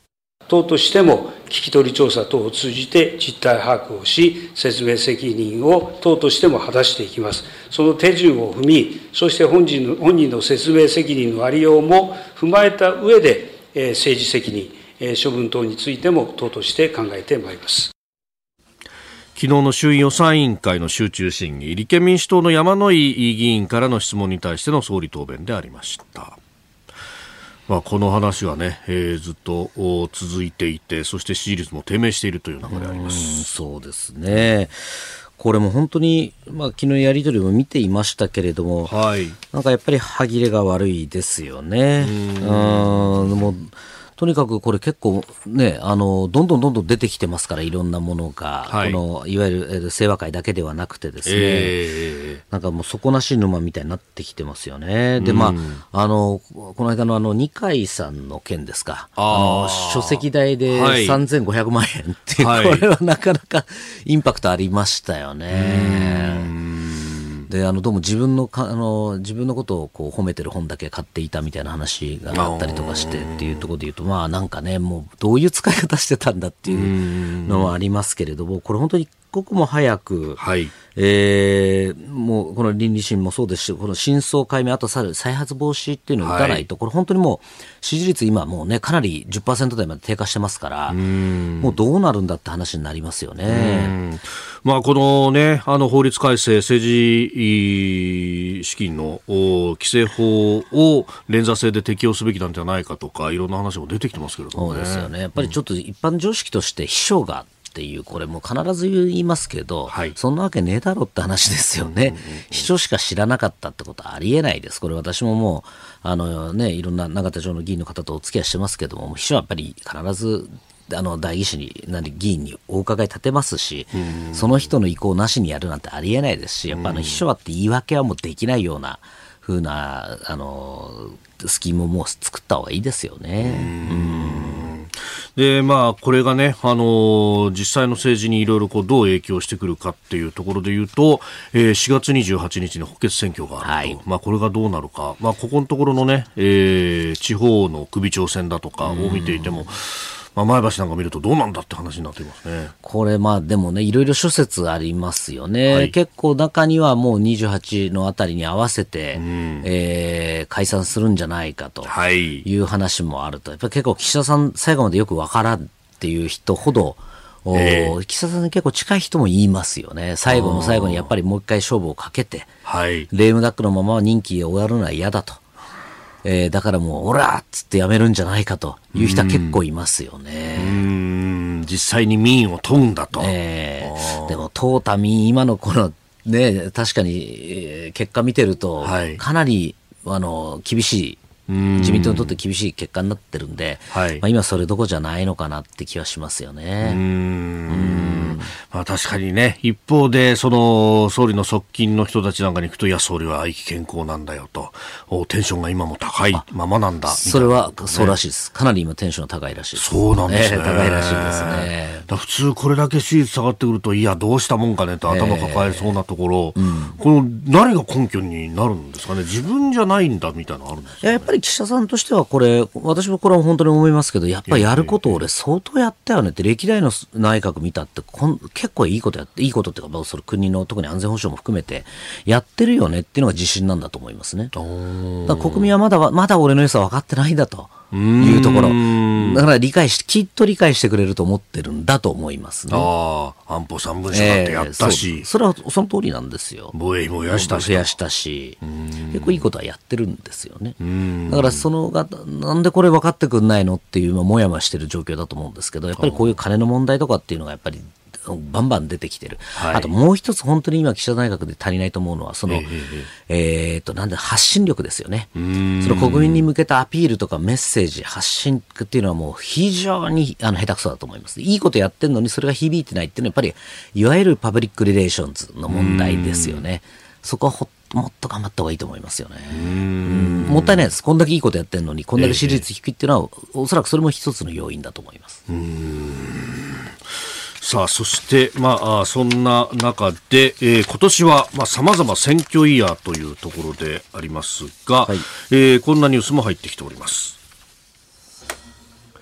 党としても聞き取り調査等を通じて実態把握をし、説明責任を党としても果たしていきます。その手順を踏み、そして本人の、本人の説明責任のありようも踏まえた上で、政治責任、処分等についても党として考えてまいります。 昨日の衆院予算委員会の集中審議、立憲民主党の山井議員からの質問に対しての総理答弁でありました。まあ、この話はね、えー、ずっと続いていて、そして支持率も低迷しているという流れであります。 うん、そうですね。これも本当に、まあ、昨日やり取りも見ていましたけれども、はい、なんかやっぱり歯切れが悪いですよね。うん、もうとにかくこれ結構ね、あのどんどんどんどん出てきてますから、いろんなものが、はい、このいわゆる清和会だけではなくてですね、えー、なんかもう底なし沼みたいになってきてますよね。で、まあ、あのこの間のあの二階さんの件ですか、ああの書籍代でさんぜんごひゃくまんえんっていう、はい、これはなかなかインパクトありましたよね。で、あのどうも自分のかあの自分のことをこう褒めてる本だけ買っていたみたいな話があったりとかしてっていうところで言うと、まあなんかね、もうどういう使い方してたんだっていうのはありますけれども、これ本当に一刻も早く、はい、えー、もうこの倫理審もそうですし、この真相解明、あとさらに再発防止っていうのを打たないと、はい、これ本当にもう支持率今もうね、かなり じゅっパーセント 台まで低下してますから、うんもうどうなるんだって話になりますよね。 まあ、このね、あの法律改正、政治資金の規正法を連座制で適用すべきなんじゃないかとか、いろんな話も出てきてますけれどもね。 そうですよね。やっぱりちょっと一般常識として秘書がっていう、これも必ず言いますけど、はい、そんなわけねえだろって話ですよね。うんうんうん、秘書しか知らなかったってことはありえないです。これ私ももうあの、ね、いろんな永田町の議員の方とお付き合いしてますけども、秘書はやっぱり必ずあの代議士になり議員にお伺い立てますし、うん、その人の意向なしにやるなんてありえないですし、やっぱあの秘書はって言い訳はもうできないような風なあのスキームをもう作った方がいいですよね。うんうんで、まあ、これがね、あのー、実際の政治にいろいろこうどう影響してくるかっていうところで言うと、えー、しがつにじゅうはちにちに補欠選挙があると、はい、まあ、これがどうなるか、まあ、ここのところのね、えー、地方の首長選だとかを見ていても、まあ、前橋なんか見るとどうなんだって話になっていますね。 これまあでもね、いろいろ諸説ありますよね、はい、結構中にはもうにじゅうはちのあたりに合わせて、うんえー、解散するんじゃないかという話もあると、やっぱり結構岸田さん最後までよくわからんっていう人ほど、えー、岸田さんに結構近い人も言いますよね。最後の最後にやっぱりもう一回勝負をかけて、はい、レームダックのまま任期を終わるのは嫌だと、えー、だからもうオラーっつってやめるんじゃないかという人は結構いますよね。 うんうん実際に民意を問うんだと、 えー、でも問うた民意、今のこのね、確かに結果見てると、はい、かなりあの厳しい、自民党にとって厳しい結果になってるんで、はいまあ、今それどころじゃないのかなって気はしますよね。うーんうんまあ、確かにね、一方でその総理の側近の人たちなんかに行くと、いや総理は愛気健康なんだよと、テンションが今も高いままなんだみたいな、ね、 それはそうらしいです。かなり今テンションが高いらしいです。 そうなんですね、 えー、高いらしいですね。 だ普通これだけ支持率下がってくると、いやどうしたもんかねと頭抱えそうなところ、えーうん、この何が根拠になるんですかね。自分じゃないんだみたいなのあるんですかね。 いや、やっぱり岸田さんとしてはこれ、私もこれは本当に思いますけど、やっぱりやることを俺相当やったよねって、歴代の内閣見たってこん結構いいことやって、いいことっていうか、それ国の特に安全保障も含めてやってるよねっていうのが自信なんだと思いますね。だから国民はまだまだ俺の良さ分かってないんだというところだから、理解しきっと理解してくれると思ってるんだと思いますね。 ああ、安保三文書だってやったし、えー、 そ, それはその通りなんですよ。 防衛費も増やしたし増やしたし、結構いいことはやってるんですよね。だからそのがなんでこれ分かってくんないのっていう、もやもやしてる状況だと思うんですけど、やっぱりこういう金の問題とかっていうのがやっぱりバンバン出てきてる、はい、あともう一つ本当に今岸田内閣で足りないと思うのは、その、えーえー、となんで発信力ですよね。その国民に向けたアピールとかメッセージ発信っていうのはもう非常にあの下手くそだと思います。いいことやってるのにそれが響いてないっていうのは、やっぱりいわゆるパブリックリレーションズの問題ですよね。そこはほもっと頑張った方がいいと思いますよね。うんもったいないです。こんだけいいことやってるのにこんだけ支持率低いっていうのは、えー、おそらくそれも一つの要因だと思います。 うーんさあ、そして、まあ、そんな中で、えー、今年は、まあ、様々選挙イヤーというところでありますが、はいえー、こんなニュースも入ってきております。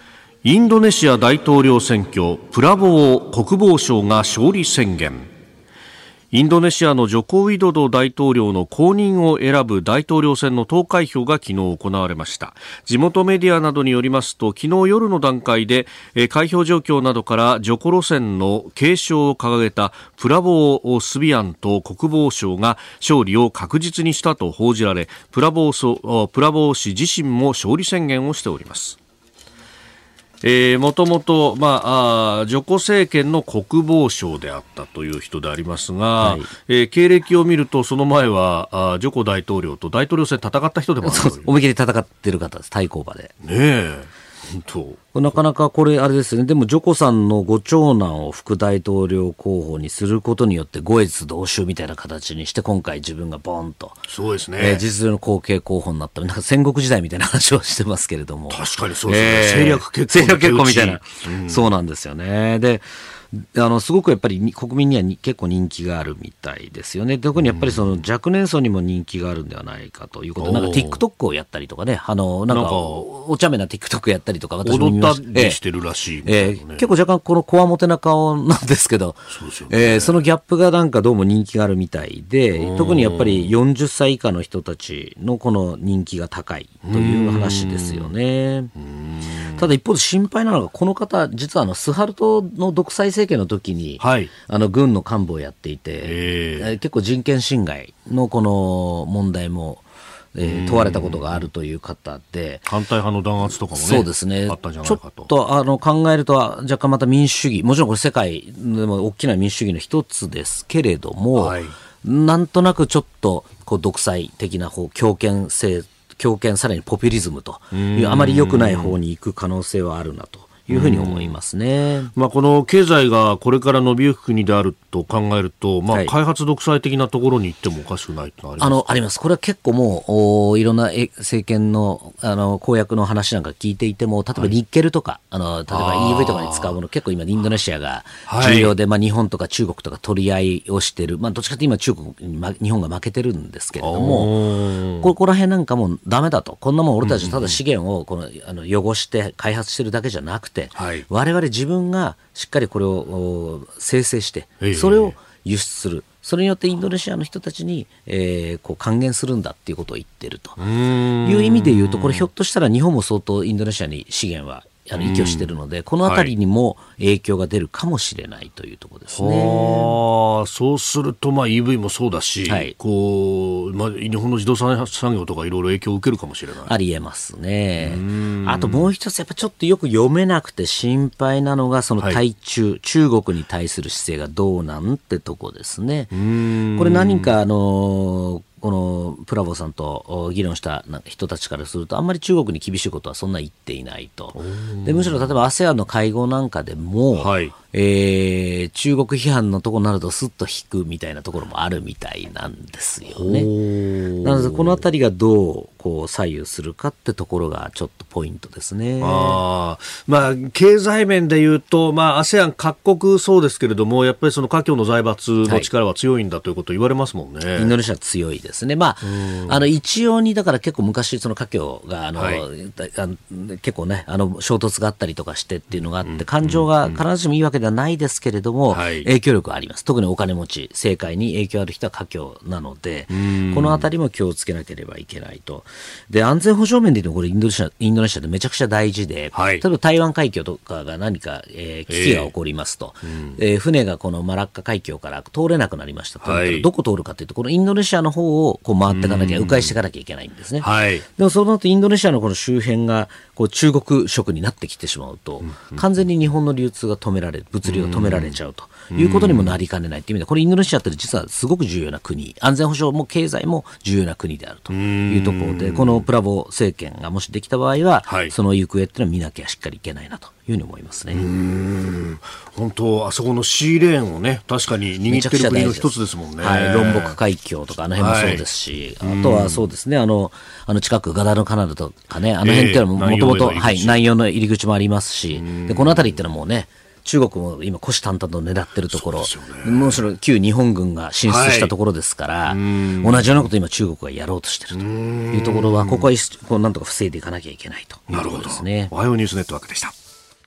インドネシア大統領選挙、プラボー国防相が勝利宣言。インドネシアのジョコウィドド大統領の後任を選ぶ大統領選の投開票が昨日行われました。地元メディアなどによりますと、昨日夜の段階で開票状況などからジョコ路線の継承を掲げたプラボー・スビアント国防相が勝利を確実にしたと報じられ、プラボー、プラボー氏自身も勝利宣言をしております。えー、もともと、まあ、あジョコ政権の国防相であったという人でありますが、はい、えー、経歴を見るとその前はあジョコ大統領と大統領選戦った人でもある。 そう、思い切り戦ってる方です、対抗馬で。 ねえ、本当なかなかこれあれですね。でもジョコさんのご長男を副大統領候補にすることによって五越同州みたいな形にして、今回自分がボンと、 そうですね、 えー、実情の後継候補になった。なんか戦国時代みたいな話をしてますけれども、 確かにそうですね、えー、政略結婚政略結婚みたいな、うん、そうなんですよね。であのすごくやっぱり国民にはに結構人気があるみたいですよね。特にやっぱりその若年層にも人気があるんではないかということで、なんか TikTok をやったりとかね、あのなんかお茶目な TikTok やったりとか、私も見ました。 踊ったりしてるらしい、 えーえー、結構若干このこわもてな顔なんですけど、 そうですよね、 えー、そのギャップがなんかどうも人気があるみたいで、特にやっぱりよんじゅっさい以下の人たちのこの人気が高いという話ですよね。ただ一方で心配なのが、この方実はあのスハルトの独裁政権の時に、はい、あの軍の幹部をやっていて、えー、結構人権侵害のこの問題も、えー、問われたことがあるという方で、 反対派の弾圧とかもね、 そうですね、 あったんじゃないかと。 ちょっとあの考えると若干また民主主義、もちろんこれ世界でも大きな民主主義の一つですけれども、はい、なんとなくちょっとこう独裁的な方、強権性強権、さらにポピュリズムというあまり良くない方に行く可能性はあるなというふうに思いますね。 まあ、この経済がこれから伸びゆく国であると考えると、まあ、開発独裁的なところに行ってもおかしくないとありますか？ あのあります。これは結構もうおいろんな政権の、あの公約の話なんか聞いていても、例えばニッケルとか、はい、あの例えば イーブイ とかに使うもの、結構今インドネシアが重要で、はい、まあ、日本とか中国とか取り合いをしている、まあ、どっちかというと今中国に、ま、日本が負けてるんですけれども、ここら辺なんかもダメだと、こんなもん俺たちただ資源をこのあの汚して開発してるだけじゃなくて、はい、我々自分がしっかりこれを生成して、それを輸出する、それによってインドネシアの人たちに、えー、こう還元するんだっていうことを言ってるという意味で言うと、これひょっとしたら日本も相当インドネシアに資源はあの依拠しているので、このあたりにも影響が出るかもしれないというところですね。 はあ、そうすると、まあ、イーブイ もそうだし、はい、こうまあ、日本の自動車産業とかいろいろ影響を受けるかもしれない。 ありえますね。あともう一つ、やっぱちょっとよく読めなくて心配なのが、その対中、はい、中国に対する姿勢がどうなんってとこですね。これ何かあのこのプラボさんと議論した人たちからすると、あんまり中国に厳しいことはそんな言っていないと。でむしろ例えば アセアン の会合なんかでも、はい、えー、中国批判のところになるとスッと引くみたいなところもあるみたいなんですよね。なのでこのあたりがどうこう左右するかってところがちょっとポイントですね。 あ、まあ、経済面でいうと、まあ、アセアン 各国そうですけれども、やっぱりその華僑の財閥の力は強いんだということを言われますもんね。 はい、インドネシア強いですね。まあ、あの一応にだから結構昔その華僑があの、はい、あの結構ね、あの衝突があったりとかしてっていうのがあって、感情が必ずしもいいわけではないですけれども、はい、影響力はあります。特にお金持ち、政界に影響ある人は華僑なので、このあたりも気をつけなければいけないと。で安全保障面でいうと、これインドネシア、インドネシアでめちゃくちゃ大事で、はい、例えば台湾海峡とかが何か、えー、危機が起こりますと、えーえー、船がこのマラッカ海峡から通れなくなりましたと、はい、どこ通るかというと、このインドネシアの方をこう回っていかなきゃ、迂回していかなきゃいけないんですね。はい、でもその後インドネシアのこの周辺がこう中国色になってきてしまうと、うん、完全に日本の流通が止められる、物流が止められちゃうということにもなりかねないという意味で、これインドネシアって実はすごく重要な国、安全保障も経済も重要な国であるというところで、このプラボ政権がもしできた場合は、はい、その行方っていうのは見なきゃしっかりいけないなというふうに思いますね。うーん、本当あそこのシーレーンをね、確かに握ってる国の一つですもんね。 はい、ロンボク海峡とかあの辺もそうですし、はい、あとはそうですね、あのあの近くガダルカナルとかね、あの辺っていうのはもともと南洋の入り口もありますし、でこの辺りっていうのはもうね、中国も今虎視眈々と狙ってるところ、ね、むしろ旧日本軍が進出したところですから、はい、同じようなことを今中国がやろうとしているというところは、ここはこうなんとか防いでいかなきゃいけないというところですね。 おはようニュースネットワークでした。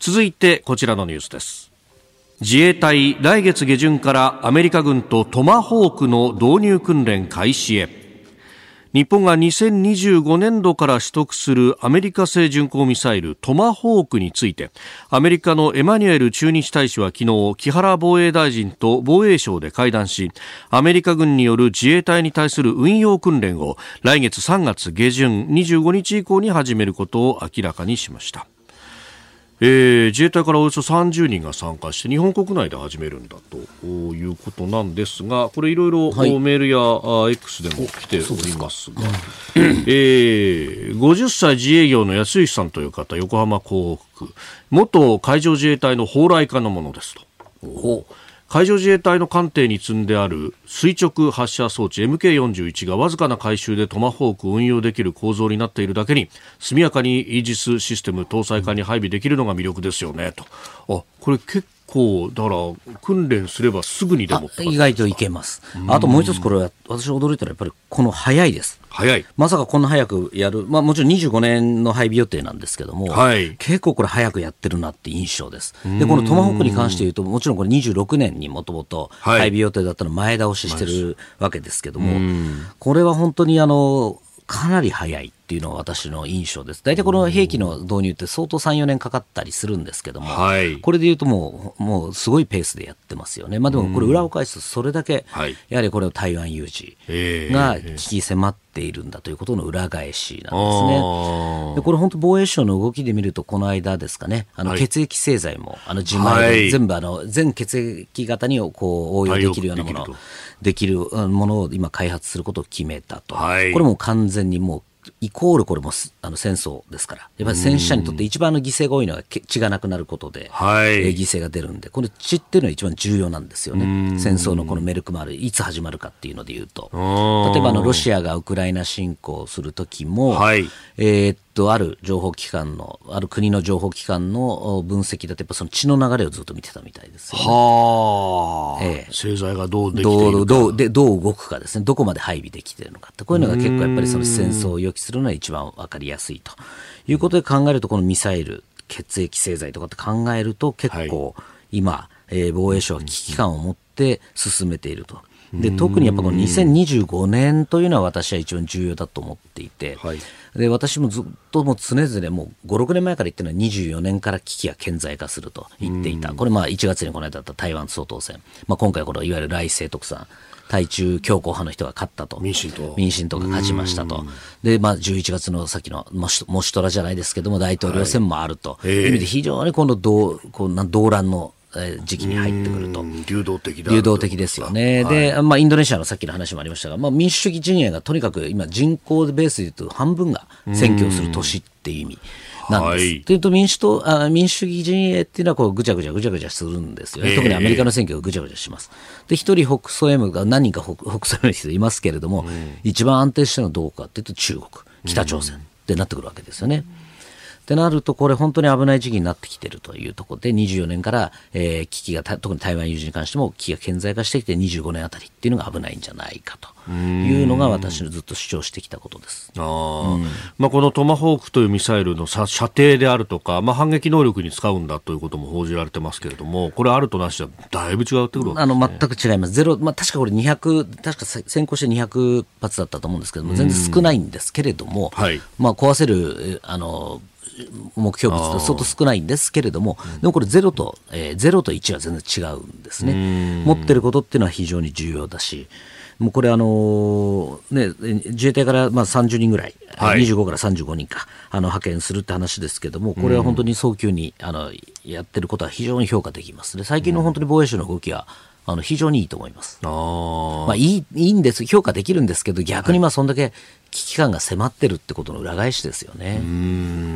続いてこちらのニュースです。自衛隊来月下旬からアメリカ軍とトマホークの導入訓練開始へ。日本がにせんにじゅうごねんどから取得するアメリカ製巡航ミサイルトマホークについて、アメリカのエマニュエル駐日大使は昨日、木原防衛大臣と防衛省で会談し、アメリカ軍による自衛隊に対する運用訓練を来月さんがつげじゅんにじゅうごにち以降に始めることを明らかにしました。えー、自衛隊からおよそさんじゅうにんが参加して日本国内で始めるんだということなんですが、これいろいろメールや、はい、X でも来ておりますが、えー、ごじゅっさい自営業の安石さんという方、横浜港北区元海上自衛隊の砲雷課のものですと。お海上自衛隊の艦艇に積んである垂直発射装置 エムケーよんじゅういち がわずかな改修でトマホークを運用できる構造になっているだけに、速やかにイージスシステム搭載艦に配備できるのが魅力ですよねと。あ、これ結構だから訓練すればすぐにでも意外といけます。あともう一つこれは私驚いたらやっぱりこの早いです。 早い。 まさかこんな早くやる、まあ、もちろんにじゅうごねんの配備予定なんですけども、はい、結構これ早くやってるなって印象です。でこのトマホークに関して言うと、もちろんこれにじゅうろくねんにもともと配備予定だったの前倒ししてるわけですけども、これは本当にあのかなり早いっていうのが私の印象です。大体この兵器の導入って相当さん、よねんかかったりするんですけども、はい、これでいうともう、もうすごいペースでやってますよね。まあ、でもこれ裏を返すとそれだけやはりこれを台湾有事が危機迫っているんだということの裏返しなんですね。でこれ本当防衛省の動きで見るとこの間ですかね、あの血液製剤もあの自前で全部あの全血液型にこう応用できるようなものできるものを今開発することを決めたと、はい、これも完全にもうイコールこれもあの戦争ですから、やっぱり戦死者にとって一番の犠牲が多いのは血がなくなることで、はい、えー、犠牲が出るんで、この血っていうのは一番重要なんですよね。戦争のこのメルクマールいつ始まるかっていうのでいうと、例えばあのロシアがウクライナ侵攻する時も、はい、えー、っとある情報機関のある国の情報機関の分析だとやっぱその血の流れをずっと見てたみたいですよね。 はあ、えー、製剤がどうできているか、 どうでどう動くかですね、どこまで配備できているのかって、こういうのが結構やっぱりその戦争を予期するのは一番分かりやすいということで考えると、このミサイル血液製剤とかって考えると結構今、はい、えー、防衛省は危機感を持って進めていると。で特にやっぱこのにせんにじゅうごねんというのは私は一番重要だと思っていて、はい、で私もずっともう常々もうご、ろくねんまえから言ってるのはにじゅうよねんから危機が顕在化すると言っていた。これまあいちがつにこの間だった台湾総統選、まあ、今回このいわゆる頼清徳さん対中強硬派の人が勝ったと、 民進党民進党が勝ちましたと。で、まあ、じゅういちがつのさっきのモシュトラじゃないですけども大統領選もあると、はい、いう意味で非常にこの動こう動乱の時期に入ってくると、 流動的だ流動的ですよね。はい、で、まあ、インドネシアのさっきの話もありましたが、まあ、民主主義陣営がとにかく今人口ベースでいうと半分が選挙をする年っていう意味なんです。はい、というと民主党あ民主主義陣営っていうのはこうぐちゃぐちゃぐちゃぐちゃするんですよね。えー、特にアメリカの選挙がぐちゃぐちゃします。で一人北ソ M が何人か北北ソ M の人いますけれども、うん、一番安定してるのはどこかっていうと中国北朝鮮ってなってくるわけですよね。うん、ってなるとこれ本当に危ない時期になってきているというところで、にじゅうよねんから、えー、危機が特に台湾有事に関しても危機が顕在化してきてにじゅうごねんあたりっていうのが危ないんじゃないかというのが私のずっと主張してきたことです。 あ、うん、まあ、このトマホークというミサイルの射程であるとか、まあ、反撃能力に使うんだということも報じられてますけれども、これあるとなしではだいぶ違ってくるわけですね。 あの全く違います。ゼロ、まあ、確かこれにひゃく確か先行してにひゃくはつだったと思うんですけども、全然少ないんですけれども、はい、まあ、壊せるあの目標物と相当少ないんですけれども、でもこれゼロと、えー、ゼロといちは全然違うんですね。持ってることっていうのは非常に重要だし、もうこれあのーね、自衛隊からまあさんじゅうにんぐらい、はい、にじゅうごからさんじゅうごにんかあの派遣するって話ですけども、これは本当に早急にあのやってることは非常に評価できます。で最近の本当に防衛省の動きはあの非常にいいと思います。あ、まあ、いい、いいんです、評価できるんですけど、逆にまあそんだけ危機感が迫ってるってことの裏返しですよね。 うん、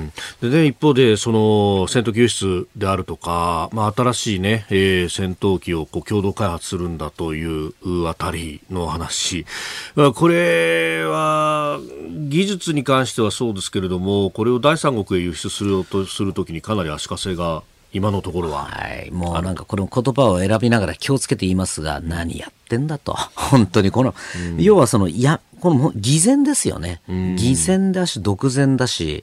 でね、一方でその戦闘機輸出であるとか、まあ、新しい、ね、えー、戦闘機をこう共同開発するんだというあたりの話、これは技術に関してはそうですけれども、これを第三国へ輸出するとするときにかなり足かせが今のところは、 はい、もうなんかこの言葉を選びながら気をつけて言いますが、何やってんだと、本当にこの、うん、要はそのいやこの偽善ですよね。偽善だし独善だし、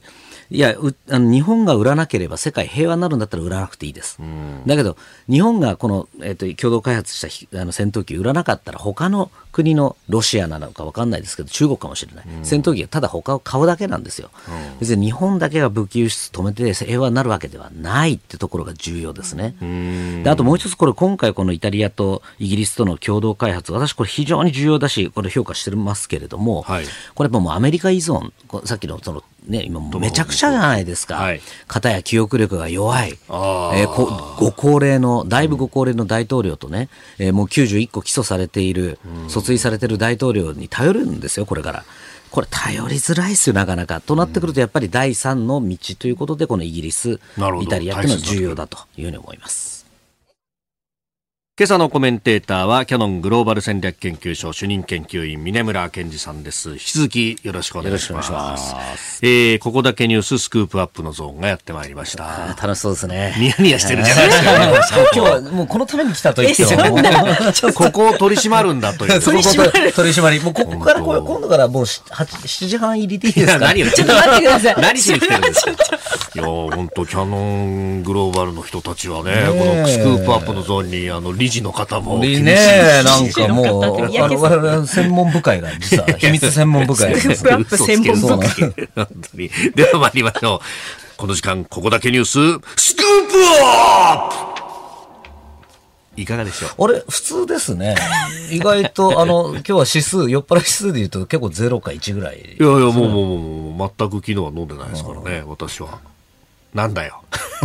いやあの日本が売らなければ世界平和になるんだったら売らなくていいです、だけど日本がこの、えー、と共同開発したあの戦闘機売らなかったら他の国のロシアなのか分かんないですけど中国かもしれない、戦闘機がただ他を買うだけなんですよ、別に日本だけが武器輸出止めて平和になるわけではないってところが重要ですね。であともう一つこれ今回このイタリアとイギリスとの共同開発、私これ非常に重要だしこれ評価してますけれども、はい、これやっぱもうアメリカ依存、さっきのそのね、今めちゃくちゃじゃないですか、はい、片や記憶力が弱い、えー、ご高齢のだいぶご高齢の大統領とね、えー、もうきゅうじゅういっこ起訴されている、うん、訴追されている大統領に頼るんですよこれから。これ頼りづらいですよなかなか。となってくるとやっぱりだいさんの道ということでこのイギリスイタリアというのは重要だというふうに思います。 今朝のコメンテーターはキヤノングローバル戦略研究所主任研究員峰村健二さんです。引き続きよろしくお願いします。えー、ここだけニューススクープアップのゾーンがやってまいりました。 楽しそうですね。 ニヤニヤしてるじゃないですか。 今日はもうこのために来たと言ってもここを取り締まるんだという取り締まる取り締まりもうここからこれ今度からもうしちじはん入りでいいですか。 何をちょっと待ってください。 何しに来てるんですか。いや本当キヤノングローバルの人たちはね、このスクープアップのゾーンにあの理事の方もねえなんかもう我々専門部会が実は秘密専門部会スクープアップ専門部会本当に。では参りましょう。この時間ここだけニューススクープアップいかがでしょう。 あれ普通ですね。意外とあの今日は指数酔っ払い指数でいうと結構ゼロかいちぐらい。いやいやもうもうもう全く昨日は飲んでないですからね私は。なんだよ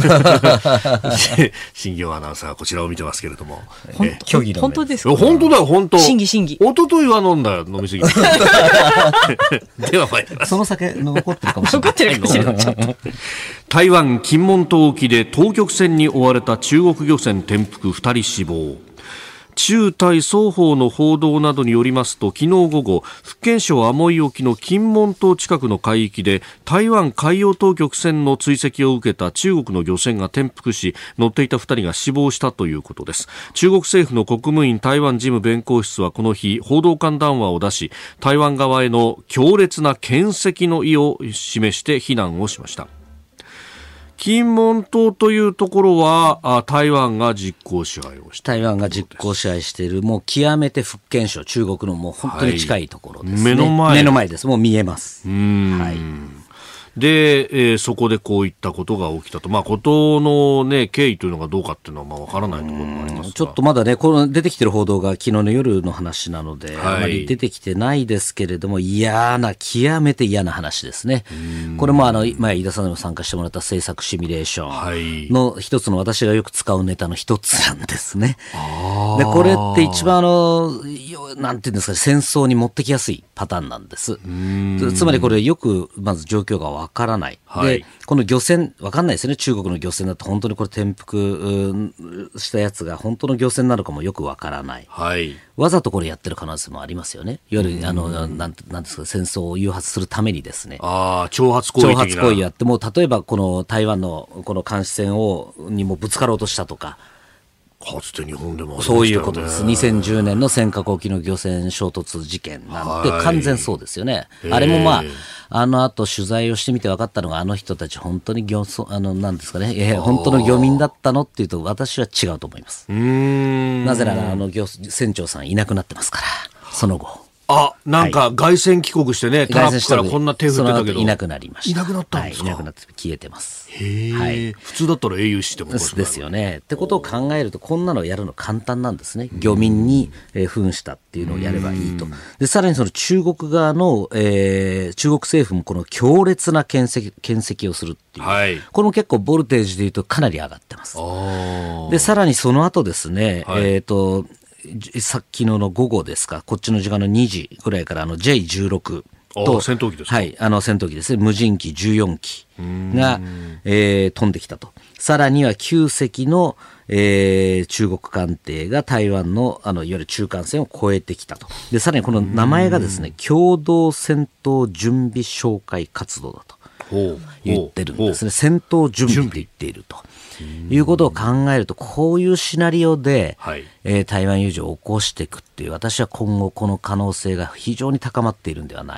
新業アナウンサーはこちらを見てますけれども、 えー、本当ですか。 本当だよ本当。 審議審議。 一昨日は飲んだよ飲みすぎでは参ります。 その酒残ってるかもしれない。残ってるかもしれない台湾金門島沖で当局船に追われた中国漁船転覆ふたり死亡。中台双方の報道などによりますと昨日午後福建省アモイ沖の金門島近くの海域で台湾海洋当局船の追跡を受けた中国の漁船が転覆し乗っていたふたりが死亡したということです。中国政府の国務院台湾事務弁公室はこの日報道官談話を出し台湾側への強烈な牽制の意を示して非難をしました。金門島というところは台湾が実効支配をしている。 台湾が実効支配しているもう極めて福建省中国のもう本当に近いところですね、 はい、目の前目の前ですもう見えます。 うーん、はいで、えー、そこでこういったことが起きたと、まあ、ことの、ね、経緯というのがどうかっていうのはまあ分からないところもありますがちょっとまだねこの出てきてる報道が昨日の夜の話なので、はい、あまり出てきてないですけれども嫌な極めて嫌な話ですね。これもあの前飯田さんにも参加してもらった政策シミュレーションの一つの私がよく使うネタの一つなんですね。でこれって一番あのなんていうんですか戦争に持ってきやすいパターンなんです。つまりこれよくまず状況が分わからない、はい、でこの漁船わかんないですよね。中国の漁船だと本当にこれ転覆したやつが本当の漁船なのかもよくわからない、はい、わざとこれやってる可能性もありますよね。いわゆるあのなんなんですか戦争を誘発するためにですねあ挑発行為的な挑発行為やっても例えばこの台湾のこの監視船をにもぶつかろうとしたとかかつて日本でも、ね、 そういうことです。にせんじゅうねんの尖閣沖の漁船衝突事件なんて完全そうですよね。あれもまああの後取材をしてみて分かったのがあの人たち本当に漁あのなんですかね、えー、本当の漁民だったのっていうと私は違うと思います。うーんなぜならあの漁船長さんいなくなってますからその後あなんか凱旋帰国してね、はい、タラップからこんな手振ってたけどいなくなりました。 いなくなったんですか。 はい、いなくなって消えてます。 へ、はい、普通だったら英雄視してもですですよね。ってことを考えるとこんなのやるの簡単なんですね。漁民に、えー、扮したっていうのをやればいいと。でさらにその中国側の、えー、中国政府もこの強烈な牽制牽制をするっていう、はい、これも結構ボルテージでいうとかなり上がってます。でさらにその後ですね、はい、えっ、ー、とさっきのの午後ですかこっちの時間のにじぐらいからあの ジェイじゅうろく と戦闘機ですか。 はい、あの戦闘機ですね無人機じゅうよんきが、えー、飛んできたと。さらにはきゅうせきの、えー、中国艦艇が台湾 の, あのいわゆる中間線を越えてきたと。でさらにこの名前がですね共同戦闘準備哨戒活動だと言ってるんですね。戦闘準備って言っているということを考えるとこういうシナリオで、はいえー、台湾有事を起こしていくっていう私は今後この可能性が非常に高まっているんではないかと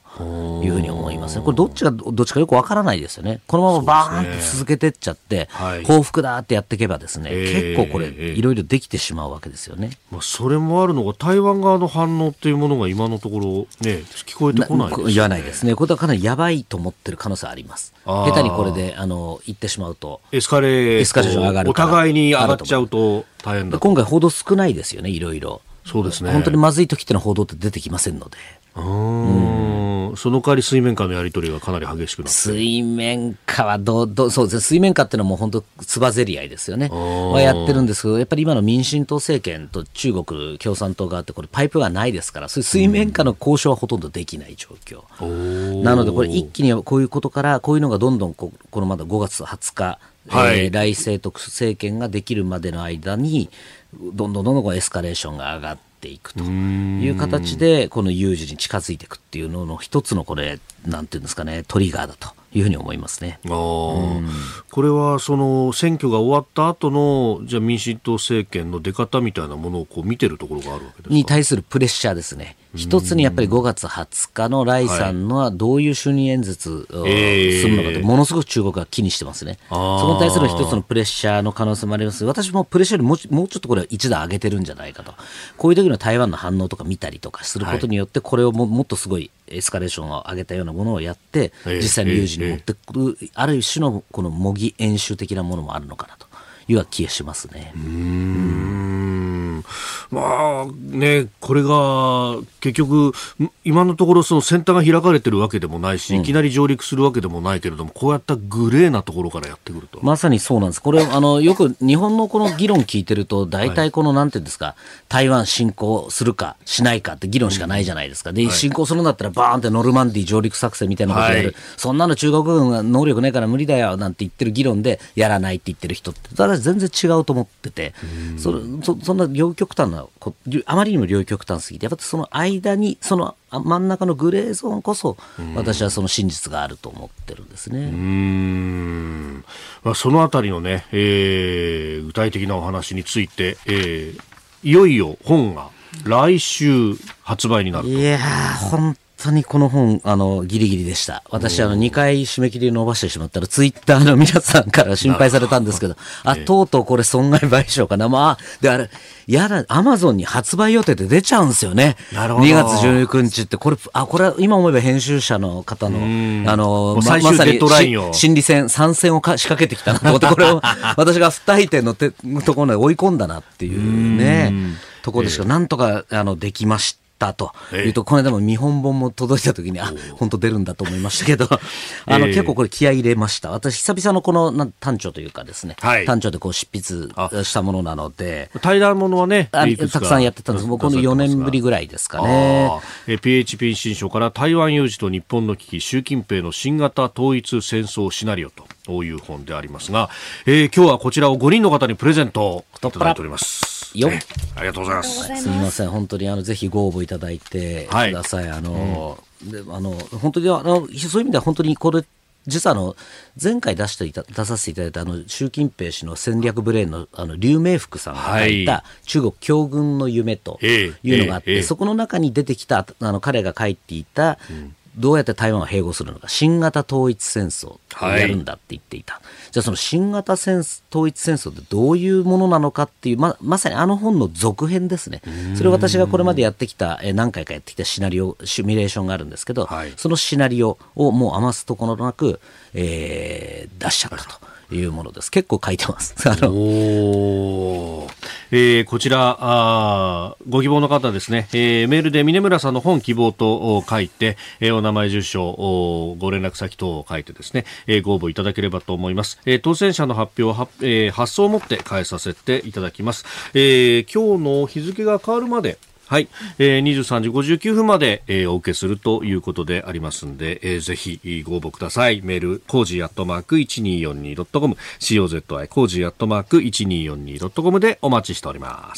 いうふうに思いますね。これどっちがどっちかよくわからないですよね。このままバーンって続けてっちゃって、はい、報復だってやっていけばですね、えー、結構これ、えー、いろいろできてしまうわけですよね。 まあ、それもあるのが台湾側の反応っていうものが今のところね聞こえてこないですね。 言わないですね。これはかなりやばいと思ってる可能性あります。下手にこれであの言ってしまうとエスカレーション上がるからお互いに上がっちゃうと大変だと。 今回報道少ないですよね。いろいろそうですね。 本当にまずい時っての報道って出てきませんので。 うーん、その代わり水面下のやり取りがかなり激しくなって、 水面下はどうどうそうですね。水面下っていうのはもう本当つばぜり合いですよね。はやってるんですけど、やっぱり今の民進党政権と中国共産党があってこれパイプがないですから、そういう水面下の交渉はほとんどできない状況、うん、なのでこれ一気にこういうことからこういうのがどんどんここのまだごがつはつか、はい、えー、来清徳政権ができるまでの間にどんどんどんどんこうエスカレーションが上がってていくという形でこの有事に近づいていくっていうのの一つのこれなんていうんですかね、トリガーだというふうに思いますね。 あ、これはその選挙が終わった後のじゃあ民進党政権の出方みたいなものをこう見てるところがあるわけですか。 に対するプレッシャーですね。一つにやっぱりごがつはつかの頼さんのどういう就任演説をするのかと、ものすごく中国が気にしてますね。そこに対する一つのプレッシャーの可能性もあります。私もプレッシャーよりもう、もうちょっとこれは一段上げてるんじゃないかと。こういう時の台湾の反応とか見たりとかすることによって、これを も, もっとすごいエスカレーションを上げたようなものをやって実際に有事に持ってくる、ある種のこの模擬演習的なものもあるのかなという気がしますね。 うーん、まあね、これが結局今のところその先端が開かれてるわけでもないし、うん、いきなり上陸するわけでもないけれども、こうやったグレーなところからやってくると、 まさにそうなんです。これあのよく日本のこの議論聞いてると大体このなんていうんですか、台湾侵攻するかしないかって議論しかないじゃないですか。で、はい、侵攻するんだったらバーンってノルマンディー上陸作戦みたいなことやる、はい、そんなの中国軍が能力ないから無理だよなんて言ってる議論でやらないって言ってる人って私全然違うと思ってて、それ そ, そんな両極端なあまりにも両極端すぎて、やっぱその間にその真ん中のグレーゾーンこそ私はその真実があると思ってるんですね。 うーん、まあ、そのあたりのね、えー、具体的なお話について、えー、いよいよ本が来週発売になると。 いやー本当にこの本あのギリギリでした。私あのにかい締め切り伸ばしてしまったらツイッターの皆さんから心配されたんですけど、あ、ええ、とうとうこれ損害賠償かな、まあであれやだ、アマゾンに発売予定で出ちゃうんですよね。なるほど。にがつじゅうくにちってこれあこれ今思えば編集者の方のあのま, まさに心理戦参戦をか仕掛けてきたなと思って、これを私が不退転のてところに追い込んだなっていうねところでしか、なんとかあのできました。というと、この間も見本本も届いたときに、あ、本当出るんだと思いましたけど、あの、結構これ気合い入れました。私、久々のこのな短調というかですね、はい、短調でこう執筆したものなので、 対談ものはね、 たくさんやってたんです。もうこのよねんぶりぐらいですかね。 え ピーエイチピー 新書から台湾有事と日本の危機、習近平の新型統一戦争シナリオという本でありますが、えー、今日はこちらをごにんの方にプレゼントいただいております。 よ、 えありがとうございます。 すみません、本当にあのぜひご応募いただいてください。はい、あの、うん、であの本当にあのそういう意味では本当にこれ実はあの前回出していた出させていただいたあの習近平氏の戦略ブレーンのあの劉明福さんが書いた中国強軍の夢というのがあって、はい、そこの中に出てきたあの彼が書いていた、うん、どうやって台湾を併合するのか、新型統一戦争をやるんだって言っていた、はい、じゃあその新型戦統一戦争ってどういうものなのかっていう、ま、まさにあの本の続編ですね。それを私がこれまでやってきた、え何回かやってきたシナリオシミュレーションがあるんですけど、はい、そのシナリオをもう余すところなく、えー、出しちゃったというものです。結構書いてます。あのお、えー、こちらあご希望の方ですね、えー、メールで峰村さんの本希望と書いて、えー、お名前住所ご連絡先等を書いてですね、えー、ご応募いただければと思います。えー、当選者の発表は、えー、発送をもって返させていただきます。えー、今日の日付が変わるまで、はい、えー、にじゅうさんじごじゅうきゅうふんまで、えー、お受けするということでありますので、えー、ぜひご応募ください。メールコージーアットマーク いちにーよんにードットコム コージーアットマーク いちにーよんにードットコム でお待ちしております。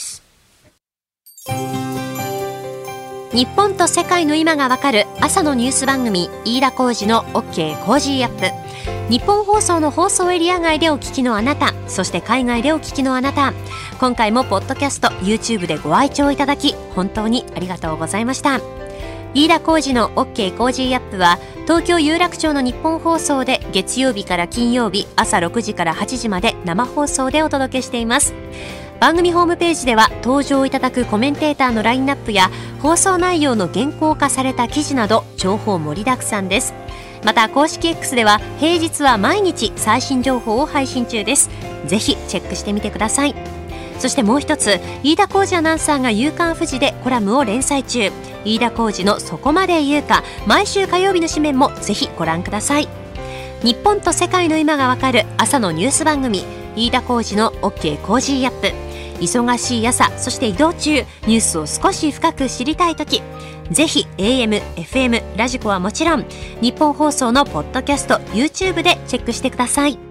日本と世界の今がわかる朝のニュース番組、飯田浩司の OK コージーアップ。日本放送の放送エリア外でお聞きのあなた、そして海外でお聞きのあなた、今回もポッドキャスト YouTube でご愛聴いただき本当にありがとうございました。 飯田浩司の OK コージーアップは東京有楽町の日本放送で月曜日から金曜日朝ろくじからはちじまで生放送でお届けしています。番組ホームページでは登場いただくコメンテーターのラインナップや放送内容の原稿化された記事など情報盛りだくさんです。また公式 X では平日は毎日最新情報を配信中です。ぜひチェックしてみてください。そしてもう一つ、飯田浩司アナウンサーが夕刊フジでコラムを連載中、飯田浩司のそこまで言うか、毎週火曜日の紙面もぜひご覧ください。日本と世界の今がわかる朝のニュース番組、飯田浩司の OK コージーアップ。忙しい朝、そして移動中、ニュースを少し深く知りたいとき、ぜひ エーエム、エフエム、ラジコはもちろん、日本放送のポッドキャスト、YouTube でチェックしてください。